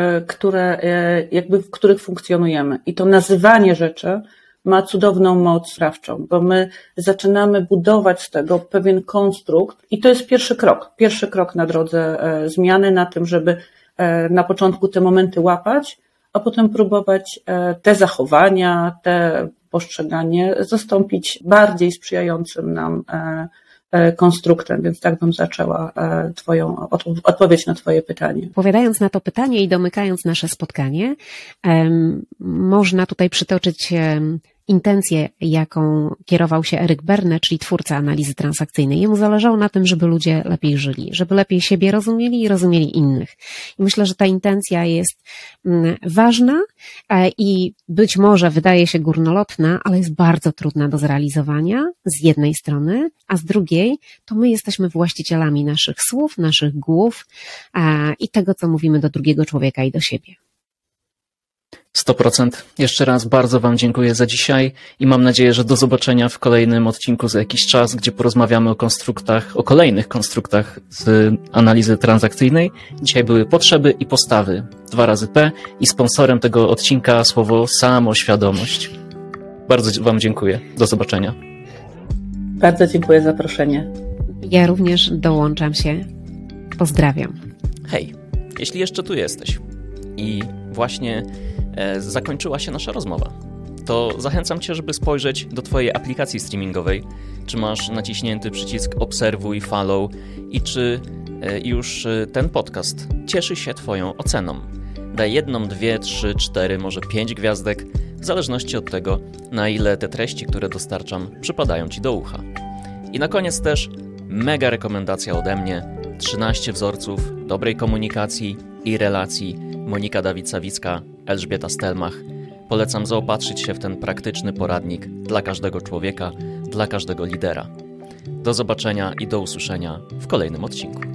w których funkcjonujemy. I to nazywanie rzeczy ma cudowną moc sprawczą, bo my zaczynamy budować z tego pewien konstrukt i to jest pierwszy krok na drodze zmiany, na tym, żeby na początku te momenty łapać, a potem próbować te zachowania, te postrzeganie zastąpić bardziej sprzyjającym nam konstruktem, więc tak bym zaczęła odpowiedź na twoje pytanie. Odpowiadając na to pytanie i domykając nasze spotkanie, można tutaj przytoczyć intencję, jaką kierował się Eric Berne, czyli twórca analizy transakcyjnej. Jemu zależało na tym, żeby ludzie lepiej żyli, żeby lepiej siebie rozumieli i rozumieli innych. I myślę, że ta intencja jest ważna i być może wydaje się górnolotna, ale jest bardzo trudna do zrealizowania z jednej strony, a z drugiej to my jesteśmy właścicielami naszych słów, naszych głów i tego, co mówimy do drugiego człowieka i do siebie. 100%. Jeszcze raz bardzo Wam dziękuję za dzisiaj i mam nadzieję, że do zobaczenia w kolejnym odcinku za jakiś czas, gdzie porozmawiamy o kolejnych konstruktach z analizy transakcyjnej. Dzisiaj były potrzeby i postawy 2 razy P i sponsorem tego odcinka słowo samoświadomość. Bardzo Wam dziękuję. Do zobaczenia. Bardzo dziękuję za zaproszenie. Ja również dołączam się. Pozdrawiam. Hej, jeśli jeszcze tu jesteś i właśnie zakończyła się nasza rozmowa, to zachęcam Cię, żeby spojrzeć do Twojej aplikacji streamingowej, czy masz naciśnięty przycisk obserwuj, follow i czy już ten podcast cieszy się Twoją oceną. Daj 1, 2, 3, 4, może 5 gwiazdek, w zależności od tego, na ile te treści, które dostarczam, przypadają Ci do ucha. I na koniec też mega rekomendacja ode mnie: 13 wzorców dobrej komunikacji i relacji. Monika Dawid-Sawicka, Elżbieta Stelmach. Polecam zaopatrzyć się w ten praktyczny poradnik dla każdego człowieka, dla każdego lidera. Do zobaczenia i do usłyszenia w kolejnym odcinku.